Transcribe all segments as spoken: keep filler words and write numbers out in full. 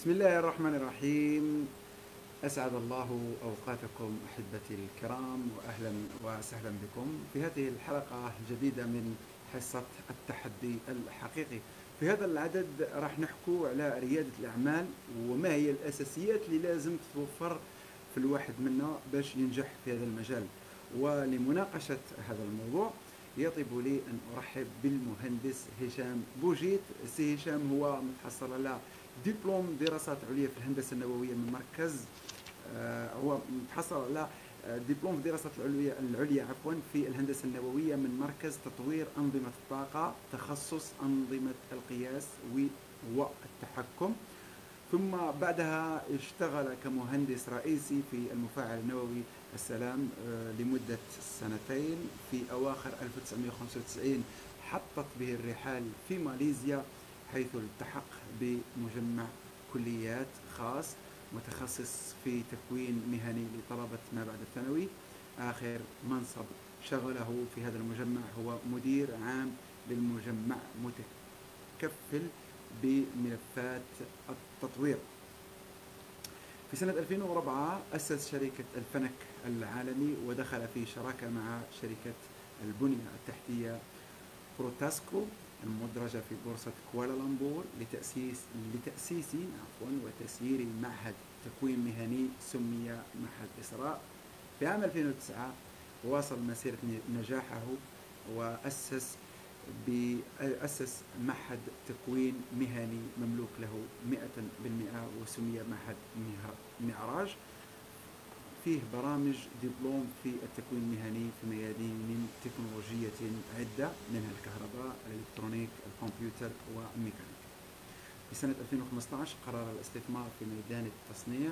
بسم الله الرحمن الرحيم. أسعد الله أوقاتكم أحبتي الكرام، وأهلا وسهلا بكم في هذه الحلقة الجديدة من حصة التحدي الحقيقي. في هذا العدد راح نحكو على ريادة الأعمال، وما هي الأساسيات اللي لازم تتوفر في الواحد منا باش ينجح في هذا المجال. ولمناقشة هذا الموضوع يطيب لي أن أرحب بالمهندس هشام بوجيت. سي هشام هو متحصل على دبلوم دراسات عليا في الهندسة النووية من مركز آه، هو متحصل على آه، دبلوم في الدراسات العليا العليا عفوا في الهندسة النووية من مركز تطوير أنظمة الطاقة، تخصص أنظمة القياس والتحكم. ثم بعدها اشتغل كمهندس رئيسي في المفاعل النووي السلام آه، لمدة سنتين. في أواخر ألف وتسعمائة وخمسة وتسعين حطت به الرحال في ماليزيا، حيث التحق بمجمع كليات خاص متخصص في تكوين مهني لطلبة ما بعد الثانوي. آخر منصب شغله في هذا المجمع هو مدير عام للمجمع، متكفل بملفات التطوير. في سنة ألفين وأربعة أسس شركة الفنك العالمي، ودخل في شراكة مع شركة البنية التحتية بروتاسكو المدرجة في بورصة كوالالمبور لتأسيس لتأسيس عفوا وتسيير معهد تكوين مهني سمي معهد إسراء. في عام ألفين وتسعة واصل مسيرة نجاحه وأسس بأسس معهد تكوين مهني مملوك له مئة بالمئة وسمي معهد معراج. فيه برامج دبلوم في التكوين المهني في ميادين تكنولوجية عدة، منها الكهرباء، الإلكترونيك، الكمبيوتر والميكانيك. في سنة ألفين وخمسة عشر قرر الاستثمار في ميدان التصنيع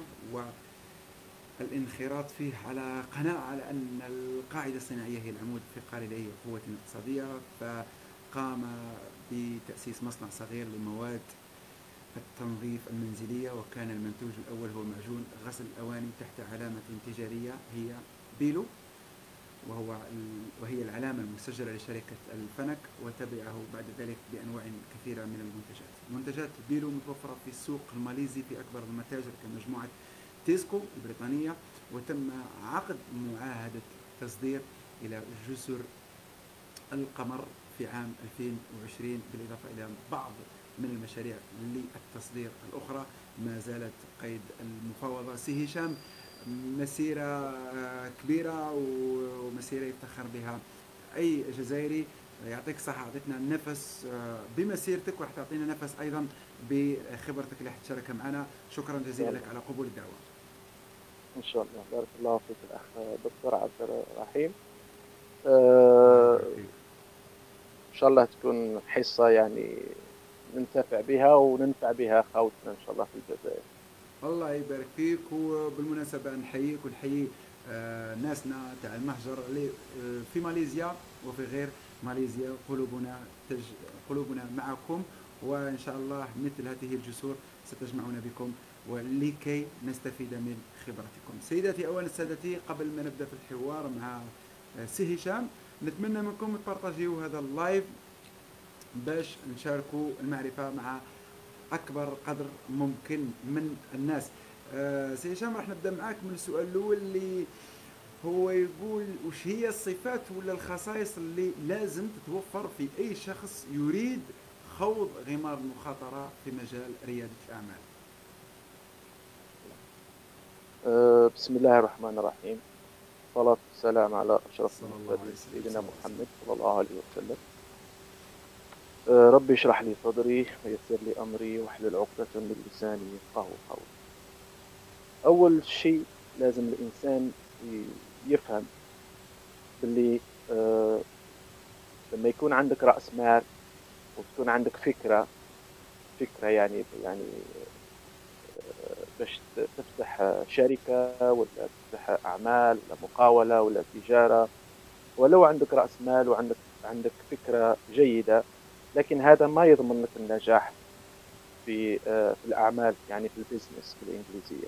والانخراط فيه على قناعة على أن القاعدة الصناعية هي العمود الفقري لأي قوة اقتصادية، فقام بتأسيس مصنع صغير لمواد التنظيف المنزلية، وكان المنتوج الأول هو معجون غسل الأواني تحت علامة تجارية هي بيلو، وهو وهي العلامة المسجلة لشركة الفنك، وتبعه بعد ذلك بأنواع كثيرة من المنتجات. منتجات بيلو متوفرة في السوق الماليزي في أكبر المتاجر كمجموعة تيسكو البريطانية، وتم عقد معاهدة تصدير إلى جزر القمر في عام ألفين وعشرين، بالإضافة إلى بعض من المشاريع للتصدير الأخرى ما زالت قيد المفاوضة. سي هشام، مسيرة كبيرة ومسيرة يفتخر بها أي جزائري. يعطيك الصحة، أعطيتنا نفس بمسيرتك وراح تعطينا نفس أيضا بخبرتك اللي حتشاركها معنا. شكرا إن جزيلا شاء لك الله. على قبول الدعوة. إن شاء الله، بارك الله فيك الأخ دكتور عبد الرحيم. الله آه، يبارك فيك. إن شاء الله تكون حصة يعني ننتفع بها وننفع بها أخوتنا إن شاء الله في الجزائر. الله يبارك فيك. وبالمناسبة نحييك ونحيي آه ناسنا تاع المهجر اللي آه في ماليزيا وفي غير ماليزيا. قلوبنا تج... قلوبنا معكم، وإن شاء الله مثل هذه الجسور ستجمعنا بكم ولكي نستفيد من خبرتكم. سيداتي أولا سادتي، قبل ما نبدأ في الحوار مع آه سي هشام، نتمنى منكم تبارطاجيو هذا اللايف باش نشاركوا المعرفة مع أكبر قدر ممكن من الناس. آه سي هشام، راح نبدأ معاك من السؤال الأول اللي هو يقول: وش هي الصفات ولا الخصائص اللي لازم تتوفر في أي شخص يريد خوض غمار المخاطرة في مجال ريادة الأعمال؟ آه، بسم الله الرحمن الرحيم. الصلاة والسلام على أشرف صلى الله عليه المرسلين وسلم. سيدنا صلى الله عليه وسلم. محمد صلى الله عليه وسلم. آه، ربي اشرح لي صدري ويسر لي أمري واحلل عقدة من لساني يفقهوا قولي. أول شيء لازم الإنسان ي- يفهم باللي آه، لما يكون عندك رأس مال وتكون عندك فكرة فكرة يعني يعني آه، باش ت- تفتح آه، شركة ولا تفتح أعمال ولا مقاولة ولا تجارة، ولو عندك رأس مال وعندك عندك فكرة جيدة، لكن هذا ما يضمن لك النجاح في آه، في الأعمال، يعني في البيزنس بالإنجليزية.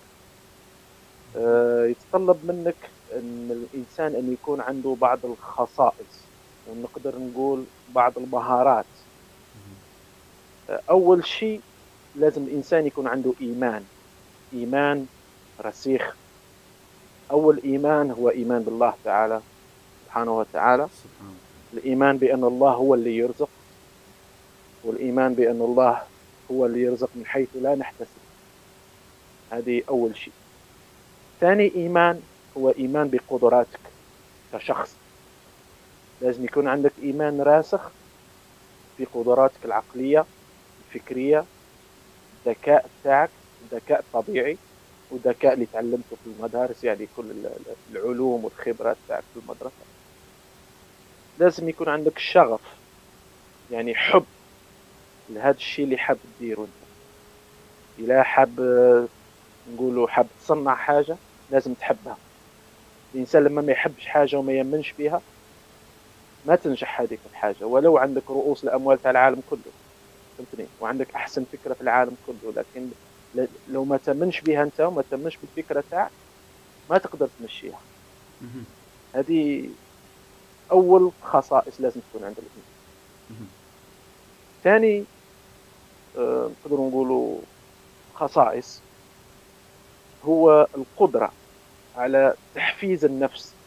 آه، يتطلب منك أن الإنسان أن يكون عنده بعض الخصائص، ونقدر نقول بعض المهارات. آه، أول شيء لازم الإنسان يكون عنده إيمان، إيمان رسيخ. أول إيمان هو إيمان بالله تعالى سبحانه وتعالى، سبحان الإيمان بأن الله هو اللي يرزق، والإيمان بأن الله هو اللي يرزق من حيث لا نحتسب. هذه أول شيء. ثاني إيمان هو إيمان بقدراتك كشخص. لازم يكون عندك إيمان راسخ في قدراتك العقلية الفكرية، الذكاء بتاعك، الذكاء الطبيعي والذكاء اللي تعلمته في المدارس، يعني كل العلوم والخبرات بتاعك في المدرسة. لازم يكون عندك شغف، يعني حب لهذا الشيء اللي حاب تديره انت. إلا حاب نقوله حاب تصنع حاجة لازم تحبها. الإنسان لما ما يحبش حاجة وما يمنش فيها ما تنجح هذيك الحاجة، ولو عندك رؤوس الأموال تاع العالم كله، فهمتني، وعندك أحسن فكرة في العالم كله، لكن لو ما تمنش بها أنت وما تمنش بالفكرة تاعك ما تقدر تمشيها. مهم. هذه أول خصائص لازم تكون عند الإنسان. مهم. ثاني آه، نقدر نقولوا خصائص هو القدرة على تحفيز النفس.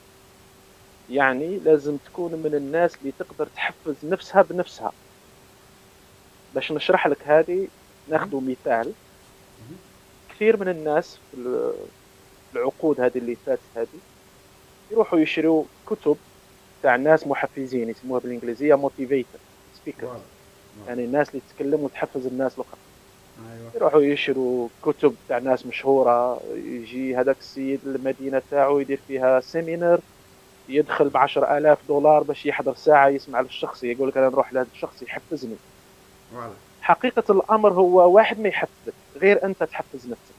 يعني لازم تكون من الناس اللي تقدر تحفز نفسها بنفسها. باش نشرح لك هذه ناخذ مثال. مهم. كثير من الناس في العقود هذه اللي فاتت هذه يروحوا يشتروا كتب تاع ناس محفزين، يسموها بالانجليزيه موتيفيتر سبيكرز، واضح. واضح. يعني الناس اللي تتكلم وتحفز الناس الاخرى. ايوه. يروحوا يشتروا كتب تاع ناس مشهوره، يجي هذاك السيد المدينه تاعو يدير فيها سيمينار، يدخل بعشر آلاف دولار باش يحضر ساعة يسمع للشخص، يقول لك أنا نروح لهذا الشخص يحفزني. واضح. حقيقة الأمر هو واحد ما يحفزك غير أنت تحفز نفسك.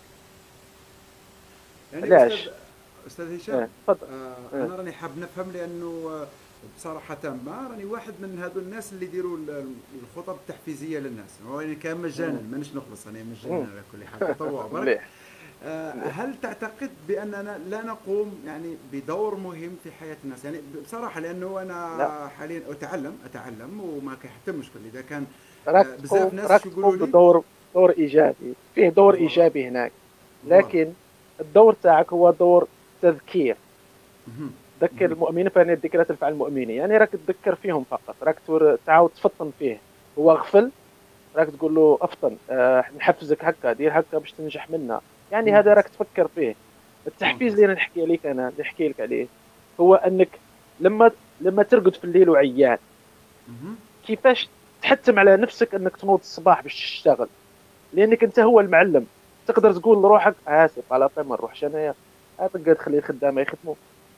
يعني علاش؟ استاذ استاذ هشام، اه تفضل. آه اه. انا راني حاب نفهم، لانه آه، بصراحه ما راني واحد من هذو الناس اللي يديروا ال- الخطب التحفيزيه للناس، هو يعني كان مجانا، مم. مانيش نخلص، انا مجانا مم. على كل حال، تطوع برك. مليح. آه، مليح. هل تعتقد باننا لا نقوم يعني بدور مهم في حياه الناس؟ يعني بصراحه لانه لا، انا حاليا اتعلم اتعلم وما كان حتى مشكل اذا كان راك آه، بزاف تقوم ناس راك شو تقوم يقولوا لي. بدور، دور إيجابي، فيه دور فوالا. إيجابي هناك، فوالا. لكن الدور تاعك هو دور تذكير. مهم. ذكر مهم. المؤمنين فإن الذكرى تنفع المؤمنين، يعني راك تذكر فيهم فقط، راك تور- تعاود تفطن فيه. هو غفل راك تقول له افطن، آه نحفزك هكا، دير هكا باش تنجح منها. يعني هذا ممتاز. راك تفكر فيه. التحفيز ممتاز. اللي أنا نحكي لك انا نحكي لك عليه هو انك لما لما ترقد في الليل وعيان مهم. كيفاش تحتم على نفسك انك تنوض الصباح باش تشتغل، لانك انت هو المعلم. تقدر تقول لروحك اسف على طيب ما نروحش انايا، تقدر تخلي الخدامه يخدموا.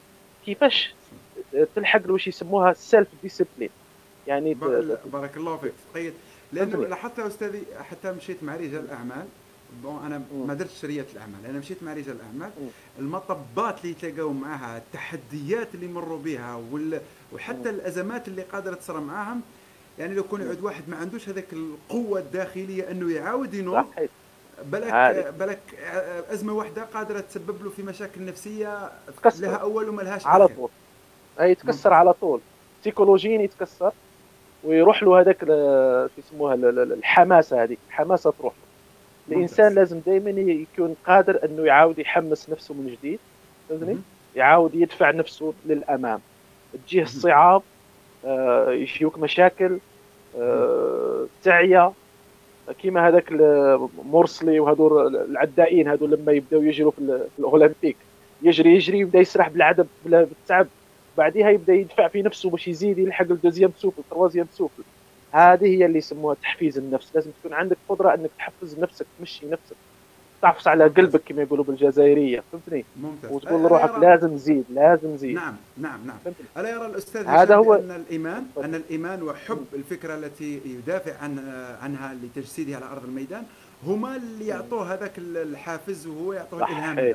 كيفاش تلحق واش يسموها سيلف ديسيبلين، يعني ت- بار- ت- بارك الله فيك. طيب، لانه فهمتني. لاحظت يا استاذي حتى مشيت مع رجال الاعمال. بون انا مم. ما درتش شريه الاعمال، انا مشيت مع رجال الاعمال. مم. المطبات اللي يتلاقاو معاها، التحديات اللي يمروا بها، وال... مم. وحتى الازمات اللي قادره تصير معاهم. يعني لو كون مم. يعود واحد ما عندوش هذاك القوه الداخليه انه يعاود ينوض، صحيح. بالك عادي. بالك ازمه واحده قادره تسبب له في مشاكل نفسيه لها تكسر اول وما لهاش على اخر. طول، أي يتكسر ممتاز. على طول، سيكولوجيا يتكسر، ويروح له هذاك ال- شو يسموها ال- ال- الحماسه، هذيك الحماسه تروح له. الانسان ممتاز. لازم دائما يكون قادر انه يعاود يحمس نفسه من جديد، فهمتني، مهم. يعاود يدفع نفسه للامام. تجيه مهم. الصعاب، آه، يجيوك مشاكل، مهم. آه، تعيا، كيما هذاك مرسلي وهذول العدائين هذول لما يبداو يجروا في, ال- في الاولمبيك، يجري يجري يبدا يسرح بالعدب بلا- بالتعب، بعديها يبدا يدفع في نفسه باش يزيد يلحق الدوزيام سوفل تروازيام سوفل. صح. هذه هي اللي يسموها تحفيز النفس. لازم تكون عندك قدره انك تحفز نفسك، تمشي نفسك، تعفس على ممتاز. قلبك كما يقولوا بالجزائريه، فهمتني، ممتاز. وتقول ألا لروحك يرى. لازم زيد لازم زيد، نعم نعم نعم. فهمتني. ألا يرى الأستاذ هذا هشام هو. بأن الإيمان أن تفضل. الإيمان م- وحب الفكرة التي يدافع عن عنها لتجسيدها على أرض الميدان هما اللي م- يعطوه هذاك الحافز، وهو يعطوه الإلهام صحيت. هذا.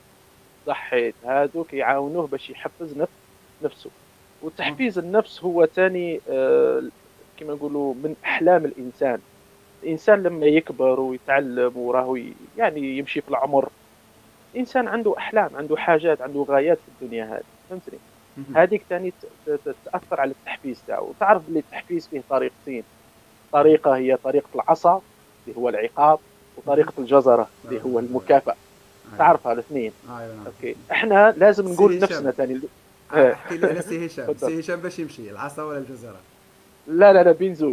صحيت، هذوك يعاونوه باش يحفز نفس نفسه. ممتاز. وتحفيز النفس هو ثاني آه، كما نقولوا من احلام الانسان. الانسان لما يكبر ويتعلم وراه ي- يعني يمشي في العمر، الانسان عنده احلام، عنده حاجات، عنده غايات في الدنيا هذه، فهمتني. مهم. هذيك ثاني ت- ت- تاثر على التحفيز تاعو. وتعرف بلي التحفيز فيه طريقتين. طريقه هي طريقه العصا اللي هو العقاب، وطريقة الجزرة اللي هو المكافأة. تعرفها الاثنين. ايوه نعم. اوكي، احنا لازم نقول سي لنفسنا هشام، ثاني. احكي لي على سي هشام. تفضل. سي هشام باش يمشي العصا ولا الجزرة؟ لا لا لا، بين زوج.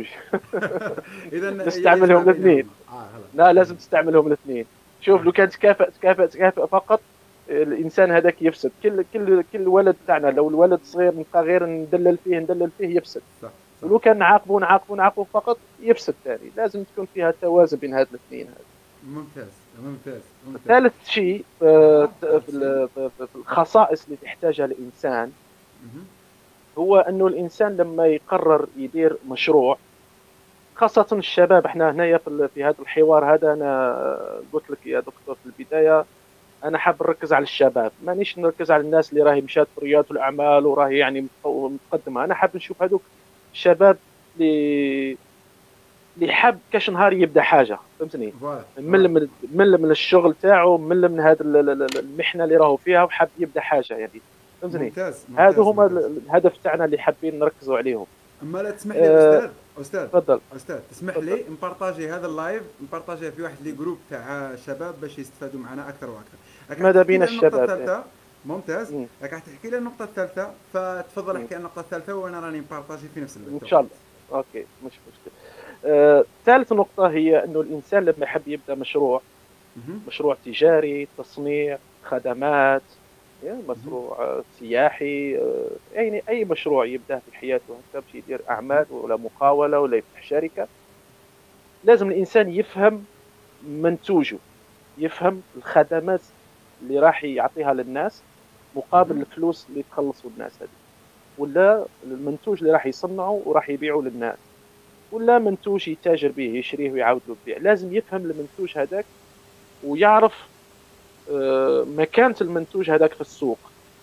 اذا يجمع نستعملهم الاثنين. بينهما. اه غلط. لا، لازم تستعملهم الاثنين. شوف، لو كان تكافئ تكافئ تكافئ فقط، الانسان هذاك يفسد. كل كل كل ولد تاعنا لو الولد صغير نبقى غير ندلل فيه ندلل فيه يفسد. صح. ولو كان نعاقبه نعاقبه نعاقبه فقط يفسد ثاني. لازم تكون فيها توازن بين هاد الاثنين. ممتاز ممتاز ممتاز. ثالث شيء آه، في ال- في- في الخصائص اللي تحتاجها الانسان، مهم. هو انه الانسان لما يقرر يدير مشروع، خاصة الشباب. احنا هنايا في ال- في هذا الحوار هذا، انا قلت لك يا دكتور في البداية، انا حاب نركز على الشباب، مانيش نركز على الناس اللي راهي مشات في رياده الاعمال وراهي يعني متطو- متقدمه. انا حاب نشوف هذوك الشباب اللي اللي حاب كاش نهار يبدا حاجه، فهمتني؟ فوالا. مل من مل من الشغل تاعو، مل من هذا ال- ال- ال- المحنه اللي راهو فيها، وحاب يبدا حاجه يعني، فهمتني؟ ممتاز هادو ممتاز هما ممتاز. ال- الهدف تاعنا اللي حابين نركزوا عليهم. اما لا تسمح لي أه، استاذ استاذ تفضل استاذ تسمح تفضل. لي نبارطاجي هذا اللايف، نبارطاجيه في واحد لي جروب تاع شباب باش يستفادوا معنا اكثر واكثر. راك ماذا تحكي بين لي النقطه الشباب؟ الثالثه. ممتاز. مم. راك تحكي لي النقطه الثالثه، فتفضل مم. احكي عن النقطه الثالثه وانا راني نبارطاجي في نفس ان الوقت. شاء الله. اوكي، مش مشكله. آه، ثالث نقطه هي انه الانسان لما يحب يبدا مشروع، مهم. مشروع تجاري، تصنيع خدمات، يعني مهم. مشروع آه، سياحي، آه، يعني أي مشروع يبدأ في حياته، هكا باش يدير أعمال ولا مقاولة ولا يفتح شركة، لازم الإنسان يفهم منتوجه، يفهم الخدمات اللي راح يعطيها للناس مقابل مهم. الفلوس اللي تخلصوا الناس هذه، ولا المنتوج اللي راح يصنعه وراح يبيعه للناس، ولا منتوج يتاجر به يشريه ويعاود له البيع. لازم يفهم المنتوج هذاك ويعرف آه، مكانة المنتوج هذاك في السوق.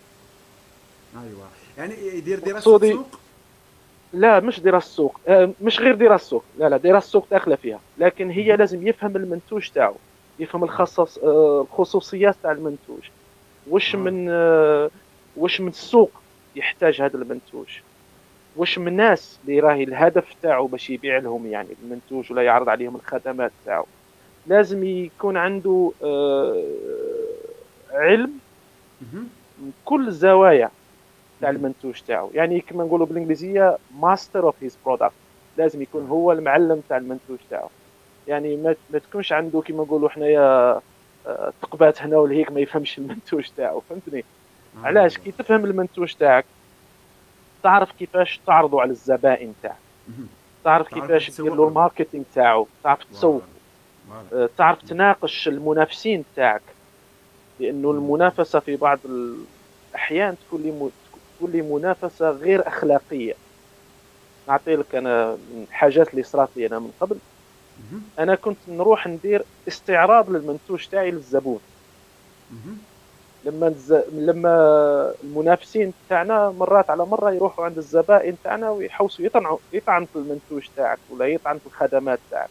ايوه، يعني يدير دراسه مقصودي سوق. لا، مش دراسة سوق، آه، مش غير دراسة سوق، لا لا، دراسة سوق داخلة فيها، لكن هي مهم. لازم يفهم المنتوج تاعه، يفهم اه الخصص آه، الخصوصيات تاع المنتوج، وش اه من آه، وش من السوق يحتاج هذا المنتوج، وش من الناس اللي راهي الهدف تاعه باش يبيع لهم يعني المنتوج ولا يعرض عليهم الخدمات تاعه. لازم يكون عنده آه، علم مهم. من كل الزوايا تاع مهم. المنتوج تاعو، يعني كما نقولوا بالانجليزيه ماستر اوف هيز برودكت. لازم يكون اه هو المعلم تاع المنتوج تاعو، يعني ما ما تكونش عنده كما نقولوا حنايا آه، تقبات هنا ولهيك ما يفهمش المنتوج تاعو، فهمتني؟ علاش؟ ايوه. كي تفهم المنتوج تاعك تعرف كيفاش تعرضه على الزبائن تاعك، مهم. تعرف تعرف كيفاش كيف دير تسوق له له. الماركتينغ تاعو، تعرف فوالا تسوق، فوالا. آه، تعرف تناقش المنافسين تاعك، لانه ممتاز. المنافسه في بعض الاحيان تكون لي م- تكون لي منافسه غير اخلاقيه. نعطي لك انا من الحاجات اللي صارت لي انا من قبل. مهم. انا كنت نروح ندير استعراض للمنتوج تاعي للزبون، مهم. لما الز... لما المنافسين تاعنا مرات على مره يروحوا عند الزبائن تاعنا ويحوسوا يطعنوا يطعن في المنتوج تاعك ولا يطعن في الخدمات تاعك.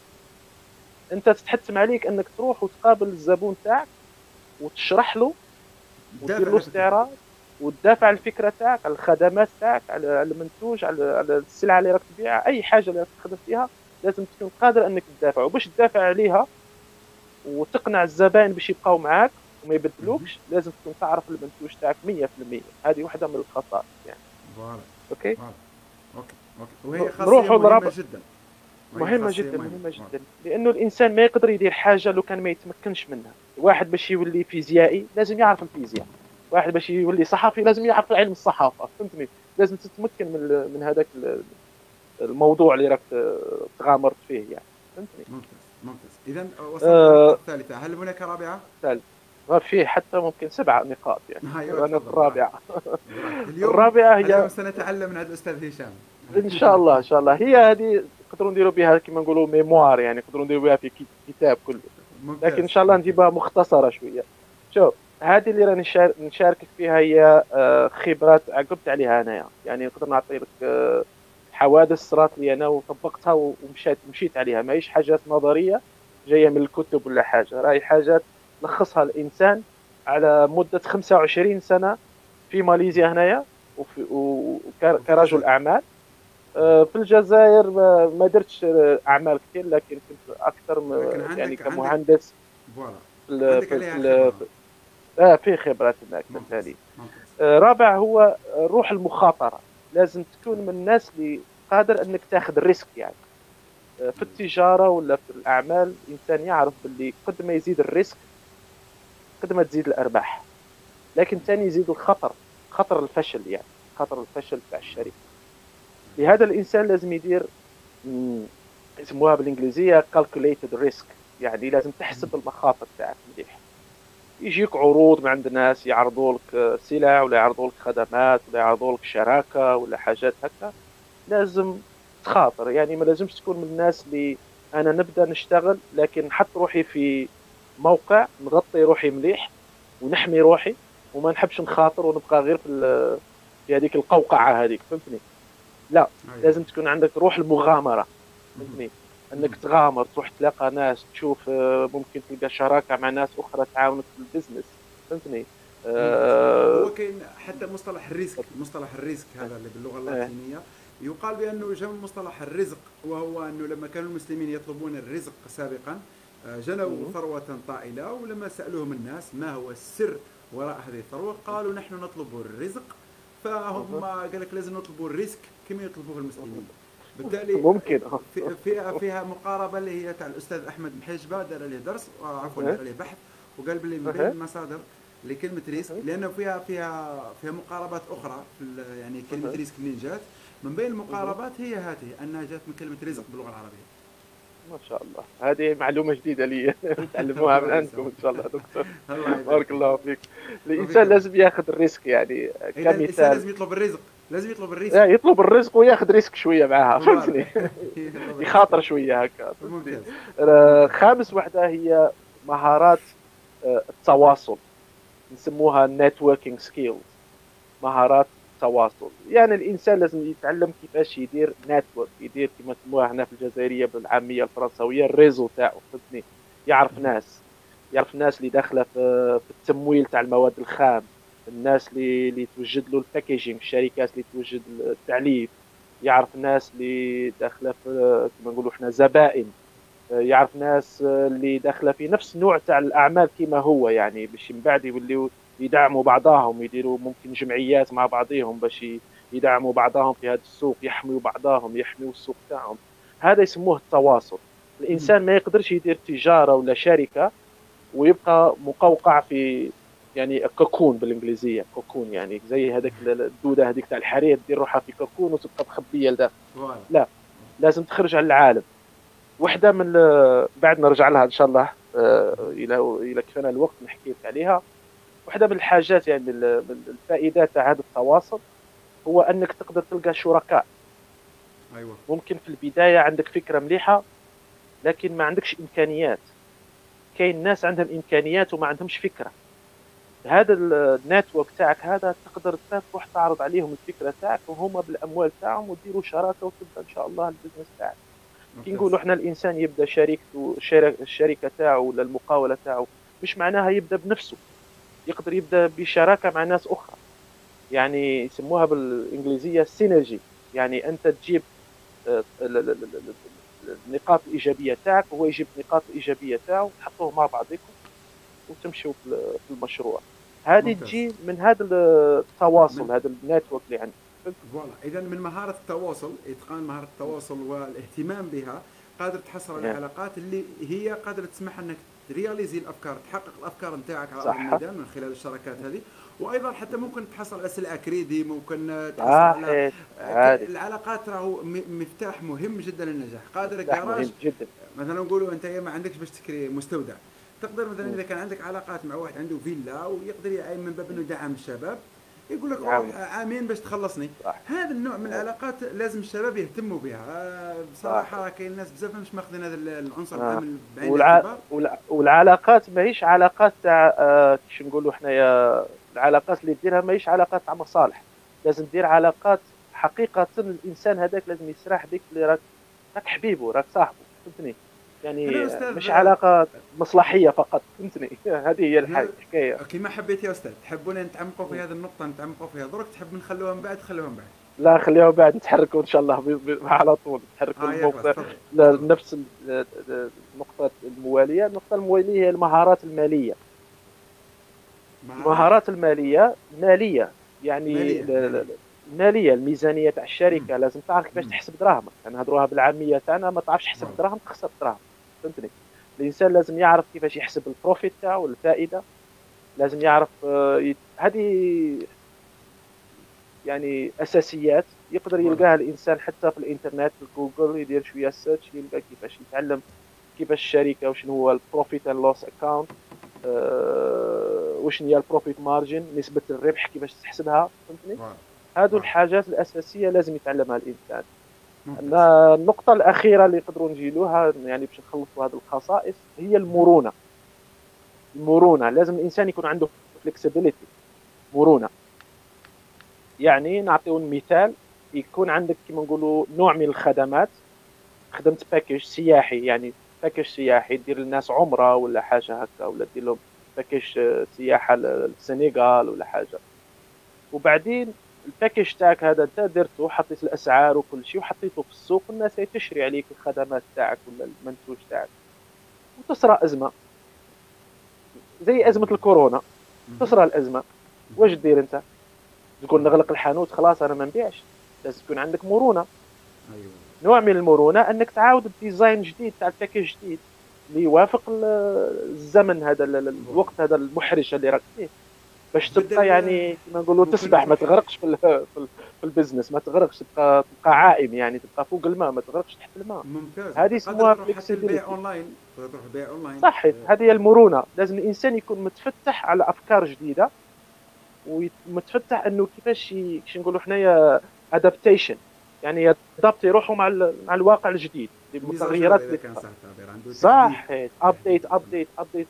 انت تتحتم عليك انك تروح وتقابل الزبون تاعك وتشرح له وتدير دافع له على فكرة. استعراض وتدافع على الفكره تاعك، على الخدمات تاعك، على على المنتوج، على على السلعه اللي راك تبيعها، اي حاجه اللي راك تخدم فيها لازم تكون قادر انك تدافع. وباش تدافع عليها وتقنع الزبائن باش يبقاو معاك وما مهم. يبدلوكش، لازم تكون تعرف المنتوج تاعك مية في المية. هذه واحده من الخصائص يعني. فوالا اوكي، فوالا. اوكي اوكي. وهي خاصية نروحوا مهمة لرابع. جدا. وهي مهمه خاصية جدا، مهمة. مهمه فوالا. جدا، لانه الانسان ما يقدر يدير حاجه لو كان ما يتمكنش منها. واحد باش يولي فيزيائي لازم يعرف الفيزياء، واحد باش يولي صحفي لازم يعرف علم الصحافه، فهمتني؟ لازم تتمكن من ال- من هذاك ال- الموضوع اللي راك ت- تغامر فيه يعني، فهمتني؟ ممتاز ممتاز. إذا وصلنا إلى النقطة آه، الثالثة، هل هناك رابعة؟ ثالث، ما فيه حتى ممكن سبع نقاط يعني. ايوه انا في تفضل براحتك الرابعه. براحتك. اليوم الرابعه اليوم هي سنتعلم من عند الأستاذ هشام. ان شاء الله، ان شاء الله هي هذه نقدروا نديروا بها كما نقولوا ميموار، يعني نقدروا نديروا بها في كي- كتاب كله، لكن ان ممتاز شاء الله ممتاز. نجيبها مختصره شويه. شوف، هذه اللي راني نشار- نشاركك فيها هي آه، خبرات عقبت عليها انايا، يعني نقدر نعطي لك آه، حوادث صارت لي انا وطبقتها ومشيت مشيت عليها، ماهيش حاجات نظريه جايه من الكتب ولا حاجه، راهي حاجات لخصها الانسان على مده خمسة وعشرين سنه في ماليزيا هنايا، وفي- و- وك- وفي كرجل الجزائر. اعمال، آه، في الجزائر ما ما درتش آه، اعمال كثير، لكن كنت اكثر لكن م- يعني عندك عندك كمهندس فوالا، في ال عندك في في عليها ال خبرة. في- آه في خبرات هناك ممتاز، فهمتني. ممتاز. آه، رابع هو روح المخاطره. لازم تكون من الناس اللي قادر انك تاخذ الريسك يعني. آه، في التجاره ولا في الاعمال الانسان يعرف باللي قد ما يزيد الريسك قد ما تزيد الارباح، لكن ثاني يزيد الخطر، خطر الفشل يعني، خطر الفشل تاع الشركه. لهذا الانسان لازم يدير مم، يسموها بالانجليزيه calculated risk، يعني لازم تحسب المخاطر تاعك مليح. يجيك عروض من عند ناس يعرضوا لك آه، سلع، ولا يعرضوا لك خدمات، ولا يعرضوا لك شراكه ولا حاجات هكا. لازم تخاطر يعني، ما لازمش تكون من الناس اللي انا نبدا نشتغل لكن حط روحي في موقع نغطي روحي مليح ونحمي روحي، وما نحبش نخاطر ونبقى غير في ال- في هذيك القوقعه هذيك، فهمتني؟ لا، أيوة. لازم تكون عندك روح المغامره، مهم. فهمتني؟ انك مهم. تغامر، تروح تلاقى ناس، تشوف آه، ممكن تلقى شراكه مع ناس اخرى تعاونك في البزنس، فهمتني؟ ممتاز. آه... هو كاين حتى مصطلح الريسك، مصطلح الريسك آه... هذا اللي باللغه آه... اللاتينيه يقال بانه جاء من مصطلح الرزق، وهو انه لما كانوا المسلمين يطلبون الرزق سابقا آه، جنوا مم. ثروه طائله، ولما سالوهم الناس ما هو السر وراء هذه الثروه قالوا نحن نطلب الرزق، فهم مم. قال لك لازم نطلبوا الريسك كما يطلبوه مم. المسلمين. بالتالي ممكن. في- فيها فيها مقاربه اللي هي تاع الاستاذ احمد محيجبه، دار عليه درس، آه، عفوا دار عليه بحث، وقال باللي من بين أه. المصادر لكلمه ريسك، أه. لانه فيها فيها فيها مقاربات اخرى في ال- يعني كلمه أه. ريسك منين جات. من بين أه. المقاربات هي هذه انها جات من كلمه رزق باللغه العربيه. ما شاء الله، هذه معلومة جديدة لي. نتعلموها من الله عندكم يسلمك. إن شاء الله يا دكتور. الله يبارك بارك فيك. الله فيك. وفيك الإنسان الله. لازم ياخذ الريسك يعني، اذا الانسان كمثال. لازم يطلب الرزق، لازم يطلب الريسك. يعني يطلب الرزق وياخذ ريسك شوية معها، فوالا. فهمتني؟ يطلب الرزق. يخاطر شوية هكا، فهمتني؟ ممتاز. آه، ممتاز. خامس وحدة هي مهارات آه، التواصل، نسموها networking skills، مهارات التواصل. يعني الانسان لازم يتعلم كيفاش يدير نتورك، يدير كما نسموها هنا في الجزائريه بالعاميه الفرنسويه الريزو تاعو، فهمتني؟ يعرف ناس، يعرف الناس اللي داخله في في التمويل تاع المواد الخام، الناس اللي اللي توجد له الباكيجينغ، الشركات اللي توجد التعليف، يعرف الناس اللي داخله في كما نقولوا احنا زبائن، يعرف ناس اللي داخله في نفس نوع تاع الاعمال كما هو، يعني باش من بعد يوليو يدعموا بعضاهم، يديروا ممكن جمعيات مع بعضهم باش يدعموا بعضهم في هذا السوق، يحميوا بعضهم، يحميوا السوق تاعهم. هذا يسموه التواصل. الانسان ما يقدرش يدير تجاره ولا شركه ويبقى مقوقع في يعني كوكون بالانجليزيه، كوكون يعني زي هذاك الدوده هذيك تاع الحرير، دير روحها في كوكون وتبقى مخبيه لداخل. فوالا. لا، لازم تخرج على العالم. واحدة من بعد نرجع لها إن شاء الله آه، إلى إلى كفانا الوقت نحكي لك عليها. واحدة من الحاجات يعني من الفائدات تاع هذا التواصل هو أنك تقدر تلقى شركاء. ايوه. ممكن في البداية عندك فكرة مليحة لكن ما عندكش إمكانيات. كاين ناس عندهم إمكانيات وما عندهمش فكرة. هذا النتورك تاعك هذا تقدر تروح تعرض عليهم الفكرة تاعك وهم بالأموال تاعهم وتديروا شراكة وتبدأ إن شاء الله البزنس تاعك. كي ممتاز. نقولوا احنا الانسان يبدا شركته الشركه تاعو ولا المقاوله تاعو، مش معناها يبدا بنفسه، يقدر يبدا بشراكه مع ناس اخرى، يعني يسموها بالانجليزيه سينرجي. يعني انت تجيب آه، ال- ال- ال- ال- ال- النقاط الايجابيه تاعك وهو يجيب النقاط الايجابيه تاعو، تحطوهم مع بعضكم وتمشوا في ال- في المشروع. هذه ممتاز. تجي من هذا التواصل، من هذا النتورك اللي عندك. فوالا، اذا من مهاره التواصل، اتقان مهاره التواصل والاهتمام بها، قادر تحصل على علاقات اللي هي قادره تسمح انك ترياليزي الافكار، تحقق الافكار نتاعك على ارض صح. الميدان من خلال الشراكات هذه. وايضا حتى ممكن تحصل على سلعه كريدي، ممكن تحصل على صحيح. ك- هذه العلاقات راهو م- مفتاح مهم جدا للنجاح. قادر مفتاح الجراج مهم جدا. مثلا نقولوا انت ما عندكش باش تكري مستودع، تقدر مثلا اذا كان عندك علاقات مع واحد عنده فيلا ويقدر يعين من باب انه يدعم الشباب، يقول لك نعم. روح عامين باش تخلصني. صح. هذا النوع من العلاقات لازم الشباب يهتموا بها. آه، بصراحه كاين ناس بزاف مش ماخذين هذا العنصر آه. الامن بعين والع... الاعتبار. والع... والعلاقات ماهيش علاقات تاع آه كيش نقولوا حنايا، العلاقات اللي ديرها ماهيش علاقات تاع مصالح. لازم دير علاقات حقيقة الإنسان هذاك لازم يسرح بك اللي راك راك حبيبه، راك صاحبه، فهمتني؟ يعني هنا آه، مش استاذ، علاقة مصلحية فقط، فهمتني؟ هذه هي الح- هنا الحكاية. كيما حبيت يا استاذ، تحبون نتعمقوا في هذه النقطه نتعمقوا فيها درك، تحب نخلوها من بعد خلوها من بعد. لا خليها بعد، نتحركوا ان شاء الله ب- ب- على طول نتحركوا اه يخلص، للموقع، تفضل تفضل. لنفس ال- النقطة الموالية. النقطة الموالية هي المهارات المالية. مهارات المهارات المالية مالية، يعني مالية ال- ال- مالية. ال- المالية، الميزانية تاع مم. الشركة، لازم تعرف كيفاش مم. تحسب دراهمك. يعني هضروها بالعامية تاعنا، ما تعرفش تحسب فوالا. الدراهم تخسر الدراهم. فهمتني؟ الإنسان لازم يعرف كيفاش يحسب البروفيت تاعو، الفائدة. لازم يعرف آه، يت- هذه يعني اساسيات يقدر فوالا. يلقاها الانسان حتى في الانترنت، في جوجل، يدير شويه سيرش يلقى كيفاش يتعلم كيفاش الشركه، وشنو هو البروفيت اند لوس اكاونت، وشنو هي البروفيت مارجن، نسبه الربح كيفاش تحسبها. فهمتني؟ فوالا. هذو فوالا. الحاجات الاساسيه لازم يتعلمها الانسان. أن ممتاز. النقطه الاخيره اللي يقدروا نجيلوها يعني باش نخلصوا هذه الخصائص هي مهم. المرونه. المرونه لازم الانسان يكون عنده فلكسبيليتي، مرونه. يعني نعطيو مثال، يكون عندك كما نقولوا نوع من الخدمات، خدمت باكيج سياحي، يعني باكيج سياحي دير للناس عمره ولا حاجه هكا، ولا دير لهم باكيج آه، سياحه للسنغال ولا حاجه. وبعدين الباكيج تاعك هذا انت درته، حطيت الاسعار وكل شيء وحطيته في السوق، والناس هي تشري عليك الخدمات تاعك ولا المنتوج تاعك. وتصرى ازمه زي ازمه الكورونا، مهم. تصرى الازمه، واش مهم. دير انت؟ تقول فوالا. نغلق الحانوت خلاص انا ما نبيعش؟ لازم تكون عندك مرونه. ايوه. نوع من المرونه انك تعاود الديزاين جديد تاع الباكيج جديد اللي يوافق ال- الزمن هذا، ال- ال- فوالا. الوقت هذا المحرج اللي راك فيه، باش تبقى تبدل. يعني كما نقولوا ممكن تسبح، ما تروح. تغرقش في ال في, ال في البزنس، ما تغرقش، تبقى تبقى عائم، يعني تبقى فوق الماء، ما تغرقش تحت الماء. ممتاز. هذه قادر يسموها تروح حتى البيع فليكسيبيليتي. اونلاين، تقدر تروح بيع اونلاين. صحيت، آه، هذه هي المرونه. لازم الانسان يكون متفتح على افكار جديده، ومتفتح انه كيفاش ي- كيفاش نقولوا حنايا ادابتيشن، يعني يضبط يروحوا مع ال- مع الواقع الجديد، ميزاجور المتغيرات اذا اللي كان تبقى. صح التعبير، عنده تحديث. صح، تحديث ابديت استمر. ابديت ابديت.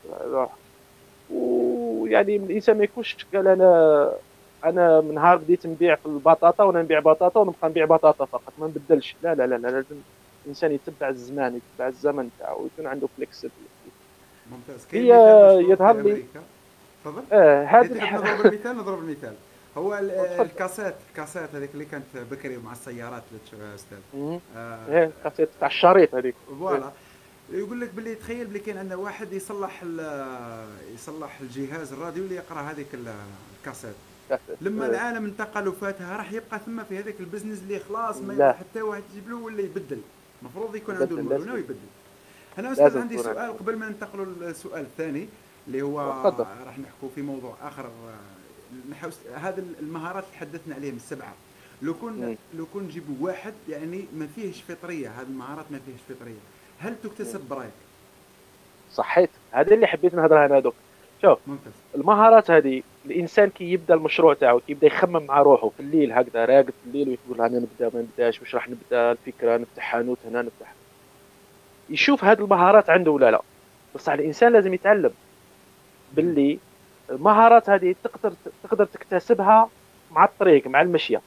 ويعني الانسان ما يكونش قال انا انا من نهار بديت نبيع في البطاطا وانا نبيع بطاطا ونبقى نبيع بطاطا فقط ما نبدلش. لا لا لا لا، لازم الانسان يتبع الزمان، يتبع الزمن تاعو، ويكون عنده فلكسبيتي. ممتاز. كاين هي مثال مشهور يظهر في لي امريكا. تفضل. آه إيه، هذه تحب الح... نضرب المثال؟ نضرب المثال. هو ال- تفضل. الكاسات الكاسات هذيك اللي كانت بكري مع السيارات اللي تشوفها استاذ. مم. آه، ايه كاسيت تاع الشريط هذيك. إيه. فوالا. يقول لك باللي تخيل باللي كان عندنا واحد يصلح ال- يصلح الجهاز الراديو اللي يقرا هذيك ال- الكاسات. كاسيت. لما إيه. العالم انتقل وفاتها راح يبقى ثم في هذاك البزنس اللي خلاص ما يبغى لا، حتى واحد يجيب له ولا يبدل. المفروض يكون عنده يبدل، لازم المرونه يبدل. ويبدل. انا استاذ لازم عندي تكون سؤال عنده. قبل ما ننتقلوا للسؤال الثاني اللي هو تفضل. راح نحكوا في موضوع اخر. نحوس هذا المهارات اللي تحدثنا عليهم السبعه. لو كن مم. لو كن نجيبوا واحد يعني ما فيهش فطريه، هذه المهارات ما فيهش فطريه، هل مم. تكتسب برايك؟ صحيت، هذا اللي حبيت نهضر انا دوك. شوف، ممتاز. المهارات هذه الانسان كي يبدا المشروع تاعو، كي يبدا يخمم مع روحه في الليل هكذا، راقد في الليل ويقول انا نبدا ما نبداش، واش راح نبدا، الفكره نفتح حانوت هنا نفتح، يشوف هذه المهارات عنده ولا لا. بصح الانسان لازم يتعلم مهم. باللي المهارات هذه تقدر تقدر تكتسبها مع الطريق، مع المشيه.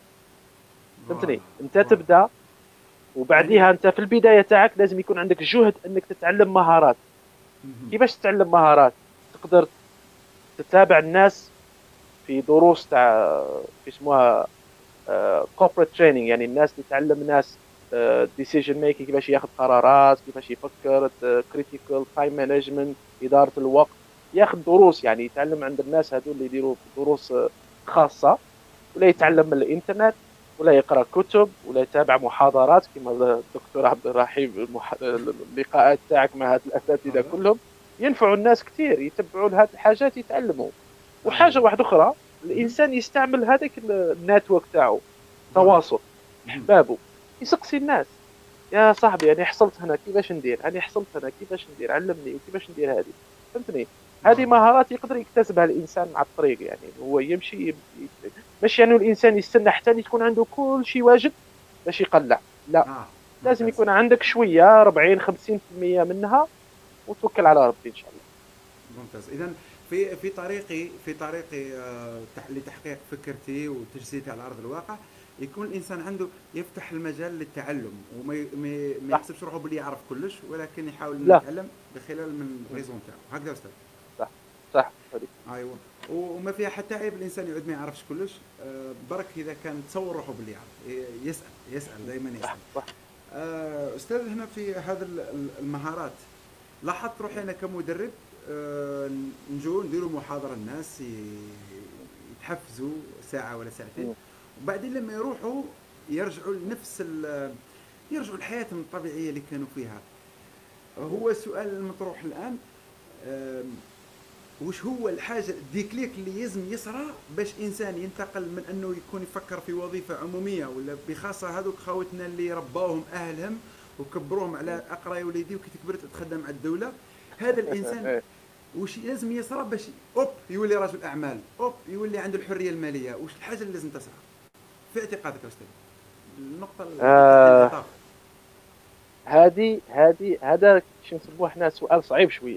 فوالا. فهمتني؟ انت فوالا. تبدا، يعني. وبعديها انت في البدايه تاعك لازم يكون عندك جهد انك تتعلم مهارات. مهم. كيفاش تتعلم مهارات؟ تقدر تتابع الناس في دروس تاع في اسمها كوربريت تريننج، يعني الناس اللي تعلم ناس ديسيجن ميكينج، كيفاش ياخذ قرارات، كيفاش يفكر، كريتيكال تايم مانجمنت، اداره الوقت. ياخذ دروس، يعني يتعلم عند الناس هذول اللي يديروا دروس آه، خاصه، ولا مهم. يتعلم من الانترنت، ولا يقرا كتب، ولا يتابع محاضرات كما الدكتور عبد الرحيم. المح... اللقاءات تاعك مع هاد الاساتذه هذا. كلهم ينفعوا الناس كثير، يتبعوا لهذه الحاجات يتعلموا. وحاجه ايوه. واحده اخرى، مهم. الانسان يستعمل هذاك الناتورك تاعو، فوالا. تواصل، مهم. احبابه، يسقسي الناس. يا صاحبي انا حصلت هنا كيفاش ندير، انا حصلت هنا كيفاش ندير، علمني وكيفاش ندير هذه. فهمتني؟ هذه فوالا. مهارات يقدر يكتسبها الانسان على الطريق، يعني هو يمشي يب- يب- مش يعني الانسان يستنى حتى يكون عنده كل شيء واجد باش يقلع. لا، اه. لازم ممتاز. يكون عندك شويه أربعين خمسين في المية منها، وتوكل على ربي ان شاء الله. ممتاز. اذا في في طريقي في طريقي آه، تح- لتحقيق فكرتي وتجسيدها على ارض الواقع، يكون الانسان عنده يفتح المجال للتعلم وما ي- ما ي- ما صح. يحسبش روحه باللي يعرف كلش، ولكن يحاول انه لا. يتعلم بخلال من مم. ريزون تاعو. هكذا استاذ. صح. صح هذيك. ايوه. وما فيها حتى عيب الانسان يعود ما يعرفش كلش. آه، برك اذا كان تصور روحه باللي يعرف، ي- يسال يسال دائما صح يسال. صح. آه، استاذ، هنا في هذا ال- ال- المهارات، لاحظت روحي انا كمدرب. آه، نجو نديروا محاضره، الناس ي- يتحفزوا ساعه ولا ساعتين، مم. وبعدين لما يروحوا يرجعوا لنفس ال- يرجعوا لحياتهم الطبيعيه اللي كانوا فيها. مم. هو السؤال المطروح الان، آم، وش هو الحاجة الديكليك اللي يزم يصرى باش إنسان ينتقل من أنه يكون يفكر في وظيفة عمومية، ولا بخاصة هذوك خاوتنا اللي رباوهم أهلهم وكبروهم على أقرا يا وليدي وكي تكبر تتخدم على الدولة. هذا الإنسان إيه. وش لازم يصرى باش أوب يولي رجل أعمال، أوب يولي عنده الحرية المالية؟ وش الحاجة اللي لازم تصرى في اعتقادك يا أستاذ؟ النقطة اللي تحت آه الخطاب. هذه هذه هذا شو نسموه احنا سؤال صعيب شويه.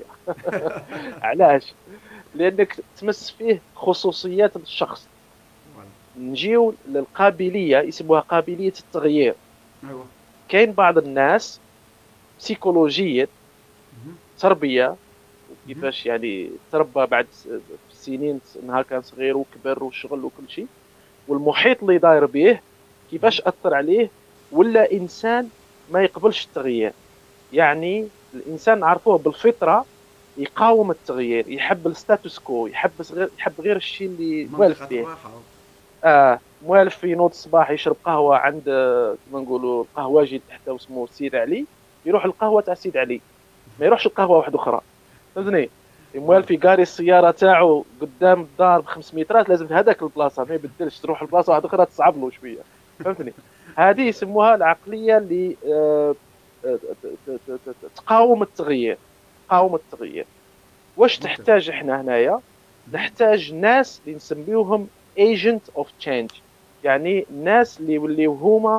علاش؟ لانك تمس فيه خصوصيات الشخص. فوالا. نجيو للقابليه يسموها قابليه التغيير. أيوه. كاين بعض الناس سيكولوجيا مهم. تربيه، مهم. وكيفاش يعني تربى بعد س- سنين، نهار كان صغير وكبر وشغل وكل شيء، والمحيط اللي داير به مهم. كيفاش اثر عليه، ولا انسان ما يقبلش التغيير. يعني الانسان عرفوه بالفطره يقاوم التغيير، يحب الستاتوس كو، يحب غير يحب غير الشيء اللي موالف منطقة فيه. الراحة. اه موالف في ينوض الصباح يشرب قهوه عند آه، كما نقولوا القهواجي تحته اسمه سيد علي، يروح القهوه تاع سيد علي، ما يروحش القهوه واحده اخرى. فهمتني؟ موالف فوالا. يقاري السياره تاعو قدام الدار بخمس مترات، لازم في هذاك البلاصه ما يبدلش، تروح البلاصه واحده اخرى تصعب له شويه. فهمتني؟ هذه يسموها العقليه اللي آه، آه، ت- ت- ت- ت- تقاوم التغيير. تقاوم التغيير. واش ممتاز. تحتاج احنا هنايا؟ مهم. نحتاج ناس اللي نسميوهم agent of change، يعني الناس اللي يوليو هما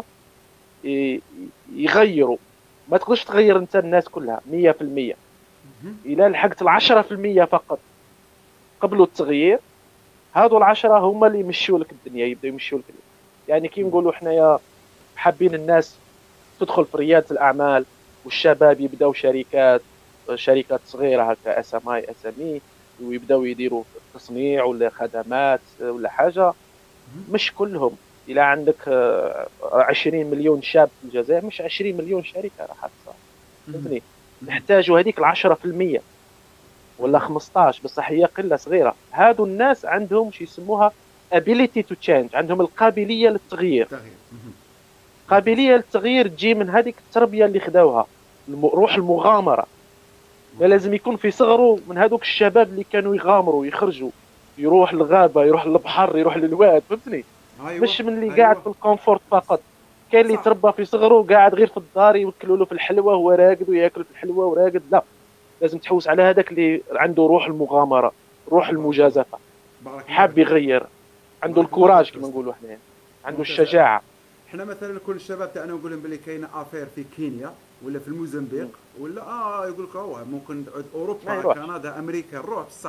ي- يغيروا. ما تقدرش تغير انت الناس كلها مية في المية. مهم. الى لحقت العشرة في المية فقط قبلوا التغيير، هذو العشرة هما اللي يمشوا لك الدنيا، يبداو يمشوا لك. يعني كي نقولوا حنايا حابين الناس تدخل في ريادة الأعمال، والشباب يبداو شركات، شركات صغيرة هكا اس ام اي اس ام اي، ويبداو يديروا تصنيع ولا خدمات ولا حاجة. مهم. مش كلهم. إلى عندك آه، عشرين مليون شاب في الجزائر، مش عشرين مليون شركة راح تصير. مهم. فهمتني؟ مهم. نحتاجوا هذيك العشرة في المية ولا مهم. خمسطاش، بصح هي قلة صغيرة. هادو الناس عندهم شي يسموها ability to change، عندهم القابلية للتغيير. تغيير. مهم. ممتاز. قابلية للتغيير تجي من هذيك التربية اللي خداوها، الم- روح المغامرة. ما واو. لازم يكون في صغره من هذوك الشباب اللي كانوا يغامروا يخرجوا، يروح للغابة، يروح للبحر، يروح للواد. فهمتني؟ ايوه. مش من اللي قاعد ايوه. في الكومفورت فقط. كاين اللي صح. تربى في صغره قاعد غير في الدار يوكلوا له في الحلوى، هو راقد وياكل في الحلوى وراقد. لا، لازم تحوس على هذاك اللي عنده روح المغامرة، روح بارك الله. المجازفة، بارك الله حاب فيك. يغير، عنده بارك الله فيك الكوراج يا كما استاذ. نقولوا احنا، عنده ممتاز. الشجاعة. احنا مثلا كل الشباب تاعنا نقول لهم بلي كاينه افير في كينيا ولا في الموزمبيق، مم. ولا اه يقول لك اه ممكن تعود ما اوروبا يروحش. كندا امريكا نروح بصح.